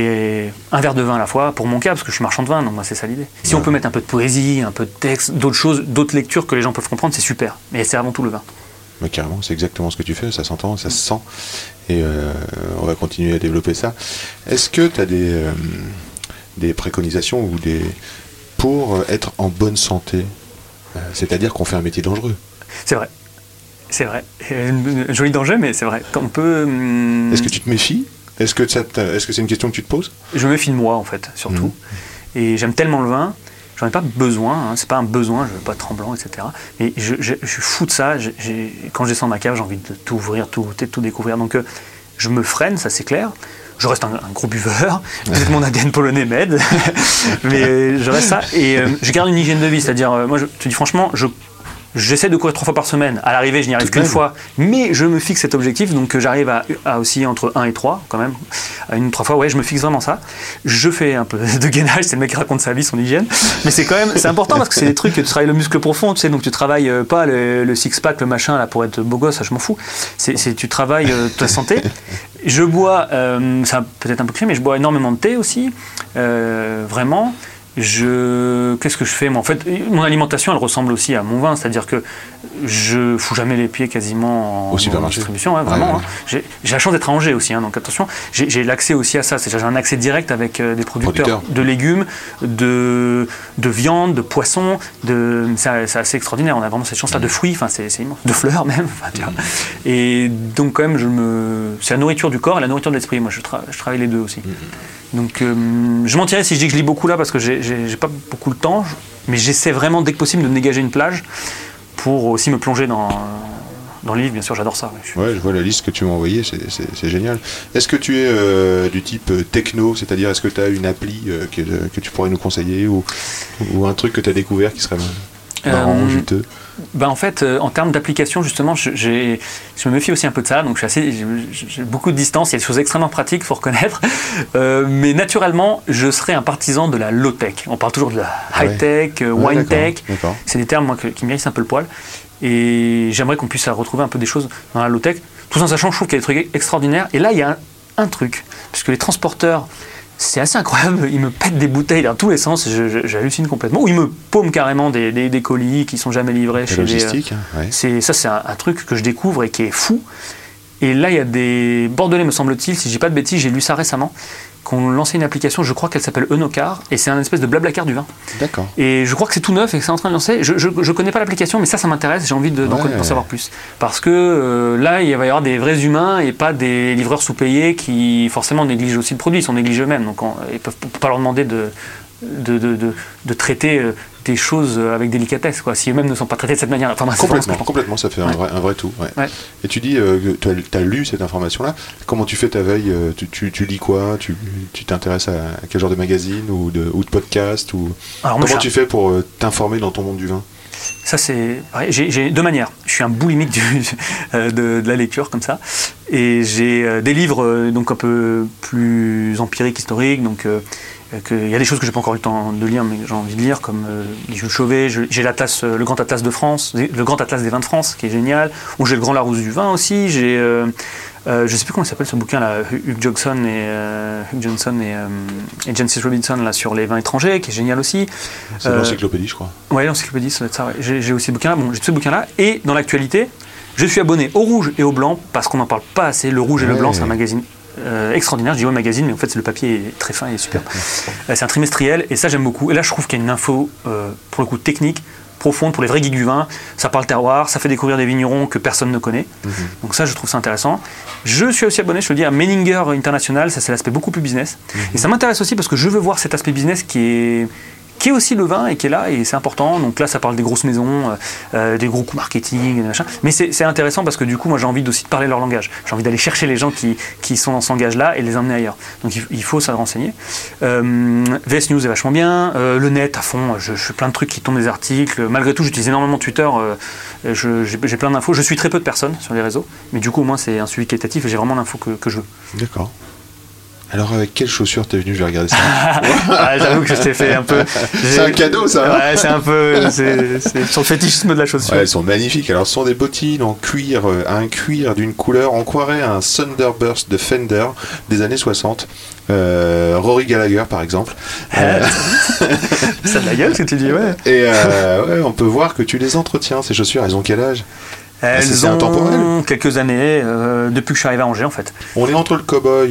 et un verre de vin à la fois, pour mon cas, parce que je suis marchand de vin, donc moi c'est ça l'idée. Si ouais. on peut mettre un peu de poésie, un peu de texte, d'autres choses, d'autres lectures que les gens peuvent comprendre, c'est super. Mais c'est avant tout le vin. Mais carrément, c'est exactement ce que tu fais, ça s'entend, ça se sent. Et euh, on va continuer à développer ça. Est-ce que tu as des, euh, des préconisations ou des pour être en bonne santé, euh, c'est-à-dire qu'on fait un métier dangereux? C'est vrai. C'est vrai. Un joli danger, mais c'est vrai. On peut. Hum... Est-ce que tu te méfies? Est-ce que, ça est-ce que c'est une question que tu te poses? Je me méfie de moi, en fait, surtout. Mmh. Et j'aime tellement le vin, j'en ai pas besoin, hein, c'est pas un besoin, je veux pas être tremblant, et cetera. Mais je, je, je suis fou de ça. J'ai, j'ai, quand je descends ma cave, j'ai envie de tout ouvrir, tout goûter, tout découvrir. Donc euh, je me freine, ça c'est clair. Je reste un, un gros buveur, peut-être mon A D N polonais m'aide, mais euh, je reste ça. Et euh, je garde une hygiène de vie, c'est-à-dire, euh, moi je te dis franchement, je J'essaie de courir trois fois par semaine. À l'arrivée, je n'y arrive qu'une fois. Mais je me fixe cet objectif. Donc, j'arrive à, à osciller entre un et trois, quand même. Une, trois fois, ouais, je me fixe vraiment ça. Je fais un peu de gainage. C'est le mec qui raconte sa vie, son hygiène. Mais c'est quand même, c'est important parce que c'est des trucs que tu travailles le muscle profond, tu sais. Donc, tu travailles pas le, le six-pack, le machin, là, pour être beau gosse, ça, je m'en fous. C'est, c'est, tu travailles euh, ta santé. Je bois, euh, c'est peut-être un peu cliché, mais je bois énormément de thé aussi. Euh, vraiment. Je... Qu'est-ce que je fais moi? En fait, mon alimentation, elle ressemble aussi à mon vin, c'est-à-dire que je fous jamais les pieds quasiment en, au supermarché. En distribution, ouais, vraiment. Ouais, ouais. Hein. J'ai, j'ai la chance d'être à Angers aussi, hein, donc attention. J'ai, j'ai l'accès aussi à ça, c'est-à-dire j'ai un accès direct avec euh, des producteurs Producteur. de légumes, de, de viande, de poissons. De... C'est, c'est assez extraordinaire. On a vraiment cette chance-là, de fruits, enfin c'est, c'est immense, de fleurs même. Enfin, tu vois. Et donc quand même, je me... c'est la nourriture du corps et la nourriture de l'esprit. Moi, je, tra... je travaille les deux aussi. Mm-hmm. Donc, euh, je mentirais si je dis que je lis beaucoup là parce que j'ai, j'ai, j'ai pas beaucoup le temps, mais j'essaie vraiment dès que possible de me dégager une plage pour aussi me plonger dans, dans le livre. Bien sûr, j'adore ça. Ouais, ouais, je vois la liste que tu m'as envoyée, c'est, c'est, c'est génial. Est-ce que tu es euh, du type techno, c'est-à-dire est-ce que tu as une appli euh, que, que tu pourrais nous conseiller ou, ou un truc que tu as découvert qui serait marrant, Euh, juteux. Ben en fait, euh, en termes d'application, justement, je, j'ai, je me méfie aussi un peu de ça. Donc, je suis assez, j'ai, j'ai beaucoup de distance. Il y a des choses extrêmement pratiques, il faut reconnaître. Euh, mais naturellement, je serais un partisan de la low-tech. On parle toujours de la high-tech, euh, Ouais, wine-tech. d'accord, d'accord. C'est des termes moi, que- qui m'hérissent un peu le poil. Et j'aimerais qu'on puisse retrouver un peu des choses dans la low-tech. Tout en sachant, je trouve qu'il y a des trucs extraordinaires. Et là, il y a un, un truc. Puisque les transporteurs... C'est assez incroyable, ils me pètent des bouteilles dans tous les sens, je, je, j'hallucine complètement. Ou ils me paument carrément des, des, des colis qui sont jamais livrés La chez les... logistique, hein, ouais. C'est, ça, c'est un, un truc que je découvre et qui est fou. Et là, il y a des Bordelais, me semble-t-il, si je dis pas de bêtises, j'ai lu ça récemment, qui ont lancé une application, je crois qu'elle s'appelle Enocar, et c'est un espèce de blablacar du vin. D'accord. Et je crois que c'est tout neuf et que c'est en train de lancer. Je, je, je connais pas l'application, mais ça, ça m'intéresse, j'ai envie de, d'en, Ouais. connaître, d'en savoir plus. Parce que euh, là, il va y avoir des vrais humains et pas des livreurs sous-payés qui, forcément, négligent aussi le produit, ils sont négligés eux-mêmes. Donc, on, ils peuvent pas leur demander de, de, de, de, de traiter euh, des choses avec délicatesse, quoi, si eux-mêmes ne sont pas traités de cette manière. Enfin, c'est vraiment ce que Complètement, je pense. complètement, ça fait un, Ouais. vrai, un vrai tout. Ouais. Ouais. Et tu dis euh, que tu as lu cette information-là. Comment tu fais ta veille euh, tu, tu, tu lis quoi tu, tu t'intéresses à, à quel genre de magazine ou de, ou de podcast ou... Alors, moi, Comment je tu suis un- fais pour euh, t'informer dans ton monde du vin? Ça, c'est pareil. J'ai, j'ai deux manières. Je suis un boulimique du, euh, de, de la lecture, comme ça. Et j'ai euh, des livres euh, donc un peu plus empiriques, historiques. Donc, euh, que- il y a des choses que j'ai pas encore eu le temps de lire, mais que j'ai envie de lire, comme euh, Jules Chauvet. Je- j'ai l'atlas, euh, le Grand Atlas de France, le Grand Atlas des vins de France, qui est génial. Ou j'ai le Grand Larousse du vin aussi. J'ai, euh, euh, je sais plus comment il s'appelle ce bouquin là, Hugh Johnson et euh, Hugh Johnson et, euh, et Jancis Robinson là sur les vins étrangers, qui est génial aussi. C'est Euh, l'encyclopédie, je crois. Ouais, l'encyclopédie, ça doit être ça. Ouais. J'ai, j'ai aussi ce bouquin-là. Bon, j'ai ce bouquin-là. Et dans l'actualité, je suis abonné au Rouge et au Blanc parce qu'on n'en parle pas assez. Le Rouge et le Ouais. Blanc, c'est un magazine euh, extraordinaire. Je dis ouais, magazine, mais en fait, c'est le papier est très fin et super. Euh, c'est un trimestriel et ça, j'aime beaucoup. Et là, je trouve qu'il y a une info, euh, pour le coup, technique, profonde pour les vrais geeks du vin. Ça parle terroir, ça fait découvrir des vignerons que personne ne connaît. Mhm. Donc ça, je trouve ça intéressant. Je suis aussi abonné, je te le dis, à Menninger International. Ça, c'est l'aspect beaucoup plus business. Et ça m'intéresse aussi parce que je veux voir cet aspect business qui est qui est aussi le vin et qui est là, et c'est important. Donc là, ça parle des grosses maisons, euh, euh, des gros coups marketing, des machins. Mais c'est, c'est intéressant parce que du coup, moi, j'ai envie aussi de parler leur langage. J'ai envie d'aller chercher les gens qui, qui sont dans ce langage-là et les emmener ailleurs. Donc il, il faut ça renseigner. Euh, V S News est vachement bien. Euh, le net, à fond, je, je fais plein de trucs qui tombent des articles. Malgré tout, j'utilise énormément Twitter. Euh, je, j'ai, j'ai plein d'infos. Je suis très peu de personnes sur les réseaux. Mais du coup, au moins, c'est un suivi qualitatif et j'ai vraiment l'info que, que je veux. D'accord. Alors, avec quelles chaussures t'es venu? Je vais regarder ça. Ah, j'avoue que je t'ai fait un peu. C'est un cadeau, ça, hein. Ouais, c'est un peu. C'est, c'est sur le fétichisme de la chaussure. Ouais, elles sont magnifiques. Alors, ce sont des bottines en cuir, euh, un cuir d'une couleur. On croirait un Thunderburst de Fender des années soixante. Euh, Rory Gallagher, par exemple. Euh, Ça a de la gueule ce que tu dis, ouais. et euh, ouais, on peut voir que tu les entretiens, ces chaussures. Elles ont quel âge? Elles c'est- c'est ont intemporel. quelques années, euh, depuis que je suis arrivé à Angers, en fait. On est entre le cowboy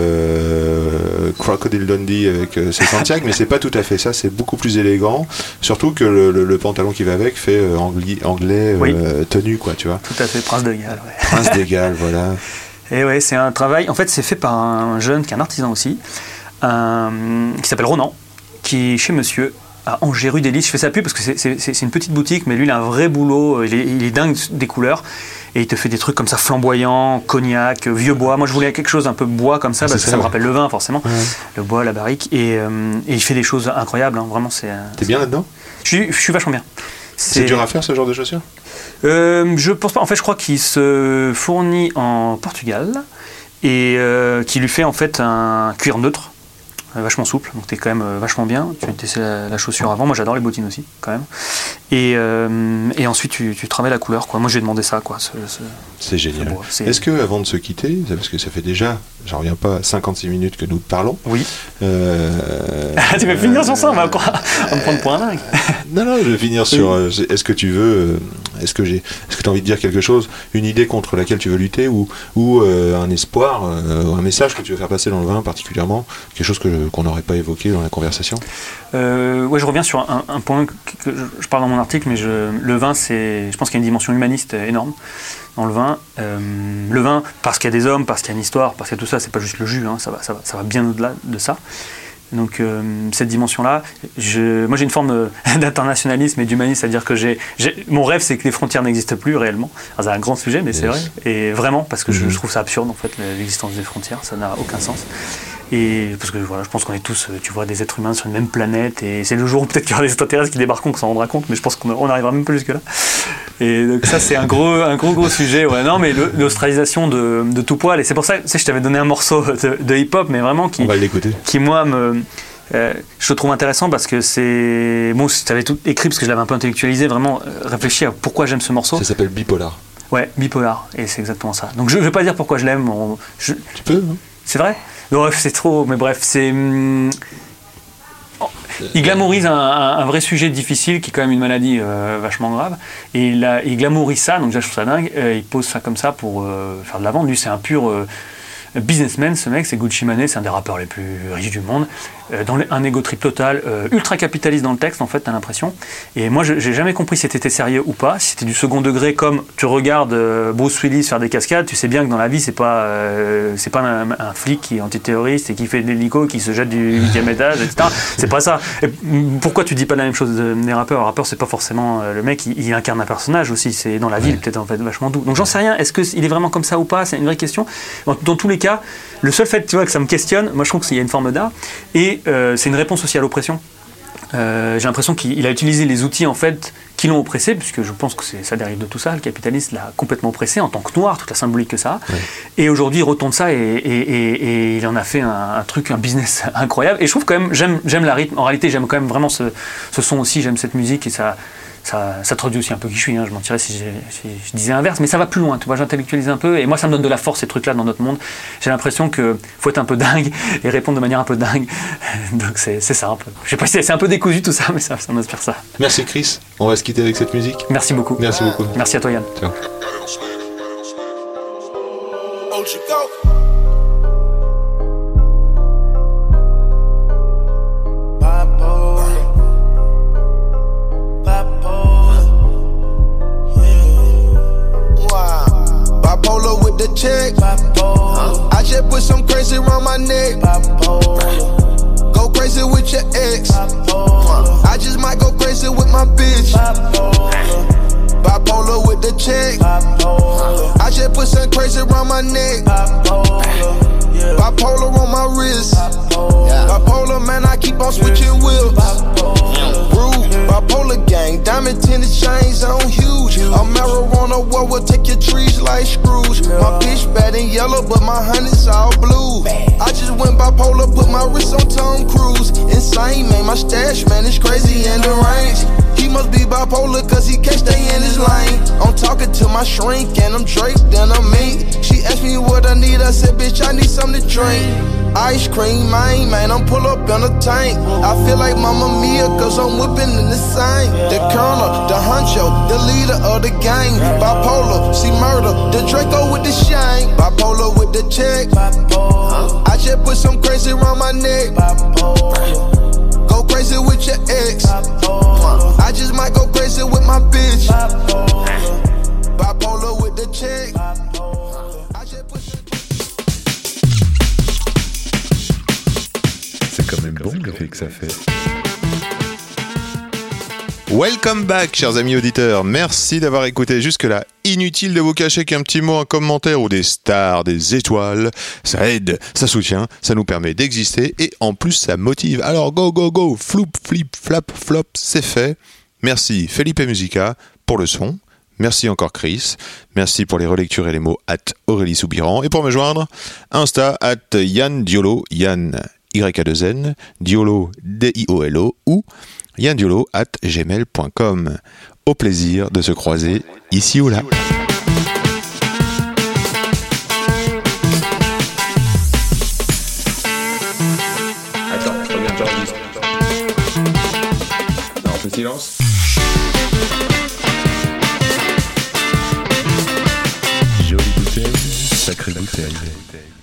euh, Crocodile Dundee avec euh, ses Santiago, mais c'est pas tout à fait ça. C'est beaucoup plus élégant. Surtout que le, le- le pantalon qui va avec fait euh, angli- anglais euh, Oui. tenue, quoi, tu vois. Tout à fait, Prince de Galles, ouais. Prince des Galles, voilà. Et ouais, c'est un travail. En fait, c'est fait par un jeune qui est un artisan aussi, un- qui s'appelle Ronan, qui est chez Monsieur à Angers rue des Lys. Je fais sa pub parce que c'est, c'est- c'est une petite boutique, mais lui, il a un vrai boulot. Il est, il est dingue des couleurs. Et il te fait des trucs comme ça, flamboyants, cognac, vieux bois. Moi, je voulais quelque chose un peu bois comme ça, Ah, parce c'est que ça, ça me ouais. rappelle le vin, forcément. Ouais. Le bois, la barrique. Et, euh, et il fait des choses incroyables, hein. Vraiment, c'est. euh, T'es bien là-dedans? Je suis, je suis vachement bien. C'est dur à faire, ce genre de chaussures? Euh, je pense pas. En fait, je crois qu'il se fournit en Portugal et euh, qui lui fait en fait un cuir neutre, euh, vachement souple. Donc t'es quand même euh, vachement bien. Tu testes la, la chaussure avant. Moi, j'adore les bottines aussi, quand même. Et, euh, et ensuite, tu, tu travailles la couleur, quoi. Moi, j'ai demandé ça, quoi. Ce, ce- C'est ce génial. bois. C'est- Est-ce que, avant de se quitter, parce que ça fait déjà, j'en reviens pas, cinquante-six minutes que nous te parlons. Oui. Euh, tu vas finir sur ça, on va, encore- on va me prendre pour un dingue. Non, non, je vais finir sur. euh, est-ce que tu veux. euh, Est-ce que j'ai. Est-ce que tu as envie de dire quelque chose, une idée contre laquelle tu veux lutter, ou, ou euh, un espoir, euh, ou un message que tu veux faire passer dans le vin particulièrement, quelque chose que, qu'on n'aurait pas évoqué dans la conversation? Euh, ouais, je reviens sur un, un point que, que je, je parle dans mon article, mais je, le vin, c'est, je pense qu'il y a une dimension humaniste énorme dans le vin. Euh, le vin, parce qu'il y a des hommes, parce qu'il y a une histoire, parce qu'il y a tout ça, c'est pas juste le jus, hein, ça, va, ça, va, ça va bien au-delà de ça. Donc euh, cette dimension-là, je, moi j'ai une forme de- d'internationalisme et d'humanisme, c'est-à-dire que j'ai, j'ai, mon rêve c'est que les frontières n'existent plus réellement. Alors, c'est un grand sujet, mais c'est Yes. vrai. Et vraiment, parce que je, Mhm. je trouve ça absurde en fait, l'existence des frontières, ça n'a aucun sens. Et parce que voilà, je pense qu'on est tous, tu vois, des êtres humains sur une même planète, et c'est le jour où peut-être qu'il y aura des extraterrestres qui débarqueront qu'on s'en rendra compte, mais je pense qu'on n'arrivera même pas jusque là. Et donc ça c'est un gros, un gros gros sujet. Ouais, non, mais le, l'australisation de, de tout poil, et c'est pour ça, tu sais, je t'avais donné un morceau de, de hip-hop, mais vraiment qui, On va l'écouter. qui moi me Euh, je le trouve intéressant parce que c'est. Bon, tu avais tout écrit parce que je l'avais un peu intellectualisé, vraiment euh, réfléchi à pourquoi j'aime ce morceau. Ça s'appelle Bipolar. Ouais, Bipolar, et c'est exactement ça. Donc je ne vais pas dire pourquoi je l'aime. On... Je... Tu peux, hein? C'est vrai? Bref, c'est trop. Mais bref, c'est. Hum... Oh. Il glamourise un, un, un vrai sujet difficile qui est quand même une maladie euh, vachement grave. Et il, a, il glamourise ça, donc déjà je trouve ça dingue. Euh, il pose ça comme ça pour euh, faire de la vente. Lui, c'est un pur. Euh, businessman, ce mec, c'est Gucci Mane, c'est un des rappeurs les plus riches du monde, euh, dans les, un égo trip total, euh, ultra capitaliste dans le texte, en fait, t'as l'impression. Et moi, je, j'ai jamais compris si c'était sérieux ou pas, si c'était du second degré, comme tu regardes euh, Bruce Willis faire des cascades, tu sais bien que dans la vie, c'est pas, euh, c'est pas un, un flic qui est antiterroriste et qui fait de l'hélico, qui se jette du huitième étage, et cetera. C'est pas ça. Et pourquoi tu dis pas la même chose des rappeurs? Un rappeur, c'est pas forcément euh, le mec, il, il incarne un personnage aussi, c'est dans la vie, il est peut-être en fait vachement doux. Donc j'en sais rien, est-ce qu'il est vraiment comme ça ou pas? C'est une vraie question. Dans, dans tous les cas, le seul fait, tu vois, que ça me questionne, moi je trouve qu'il y a une forme d'art, et euh, c'est une réponse aussi à l'oppression. Euh, j'ai l'impression qu'il a utilisé les outils en fait qui l'ont oppressé, puisque je pense que c'est, ça dérive de tout ça. Le capitalisme l'a complètement oppressé en tant que noir, toute la symbolique que ça a. Ouais. Et aujourd'hui, il retourne ça et, et, et, et il en a fait un, un truc, un business incroyable. Et je trouve quand même, j'aime, j'aime la rythme. En réalité, j'aime quand même vraiment ce, ce son aussi. J'aime cette musique et ça. Ça, ça traduit aussi un peu qui je suis, hein. Je mentirais si, si je disais inverse, mais ça va plus loin, tu vois, j'intellectualise un peu, et moi ça me donne de la force ces trucs-là dans notre monde. J'ai l'impression qu'il faut être un peu dingue et répondre de manière un peu dingue, donc c'est, c'est ça un peu. Je sais pas si c'est un peu décousu tout ça, mais ça, ça m'inspire ça. Merci Chris, on va se quitter avec cette musique. Merci beaucoup. Merci beaucoup. Merci à toi Yann. Ciao. Check. Bipolar. I just put some crazy around my neck. Bipolar. Go crazy with your ex. Bipolar. I just might go crazy with my bitch. Bipolar, Bipolar with the check. Bipolar. I just put some crazy around my neck. Bipolar, yeah. Bipolar on my wrist. Bipolar. Yeah. Bipolar, man, I keep on switching whips. Bipolar. Rude, bipolar gang, diamond tennis chains on huge. A marijuana well will take your trees like Scrooge. My bitch bad and yellow, but my honey's all blue. I just went bipolar, put my wrist on Tom Cruise. Insane, man, my stash, man, it's crazy in the range. He must be bipolar, cause he can't stay in his lane. I'm talking to my shrink, and I'm draped and I'm meat. She asked me what I need, I said, bitch, I need something to drink. Ice cream, man, man, I'm pull up in a tank. I feel like Mamma Mia, cause I'm whipping in the same. The colonel, the honcho, the leader of the gang. Bipolar, see murder, the Draco with the shame. Bipolar with the check. I just put some crazy around my neck. Go crazy with your ex. I just might go crazy with my bitch. Bipolar with the check. I just put some... C'est quand même bon l'effet que ça fait. Welcome back, chers amis auditeurs. Merci d'avoir écouté jusque-là. Inutile de vous cacher qu'un petit mot, un commentaire ou des stars, des étoiles, ça aide, ça soutient, ça nous permet d'exister et en plus ça motive. Alors go, go, go, floup, flip, flap, flop, c'est fait. Merci Felipe Musica pour le son. Merci encore Chris. Merci pour les relectures et les mots at Aurélie Soubiran. Et pour me joindre, Insta at Yann Diolo, Yann Y A deux N, Diolo D I O L O ou yandiolo at gmail point com. Au plaisir de se croiser ici ou là. Attends, reviens, j'enregistre. Non, on fait silence. Jolie bouteille, sacrée bouteille.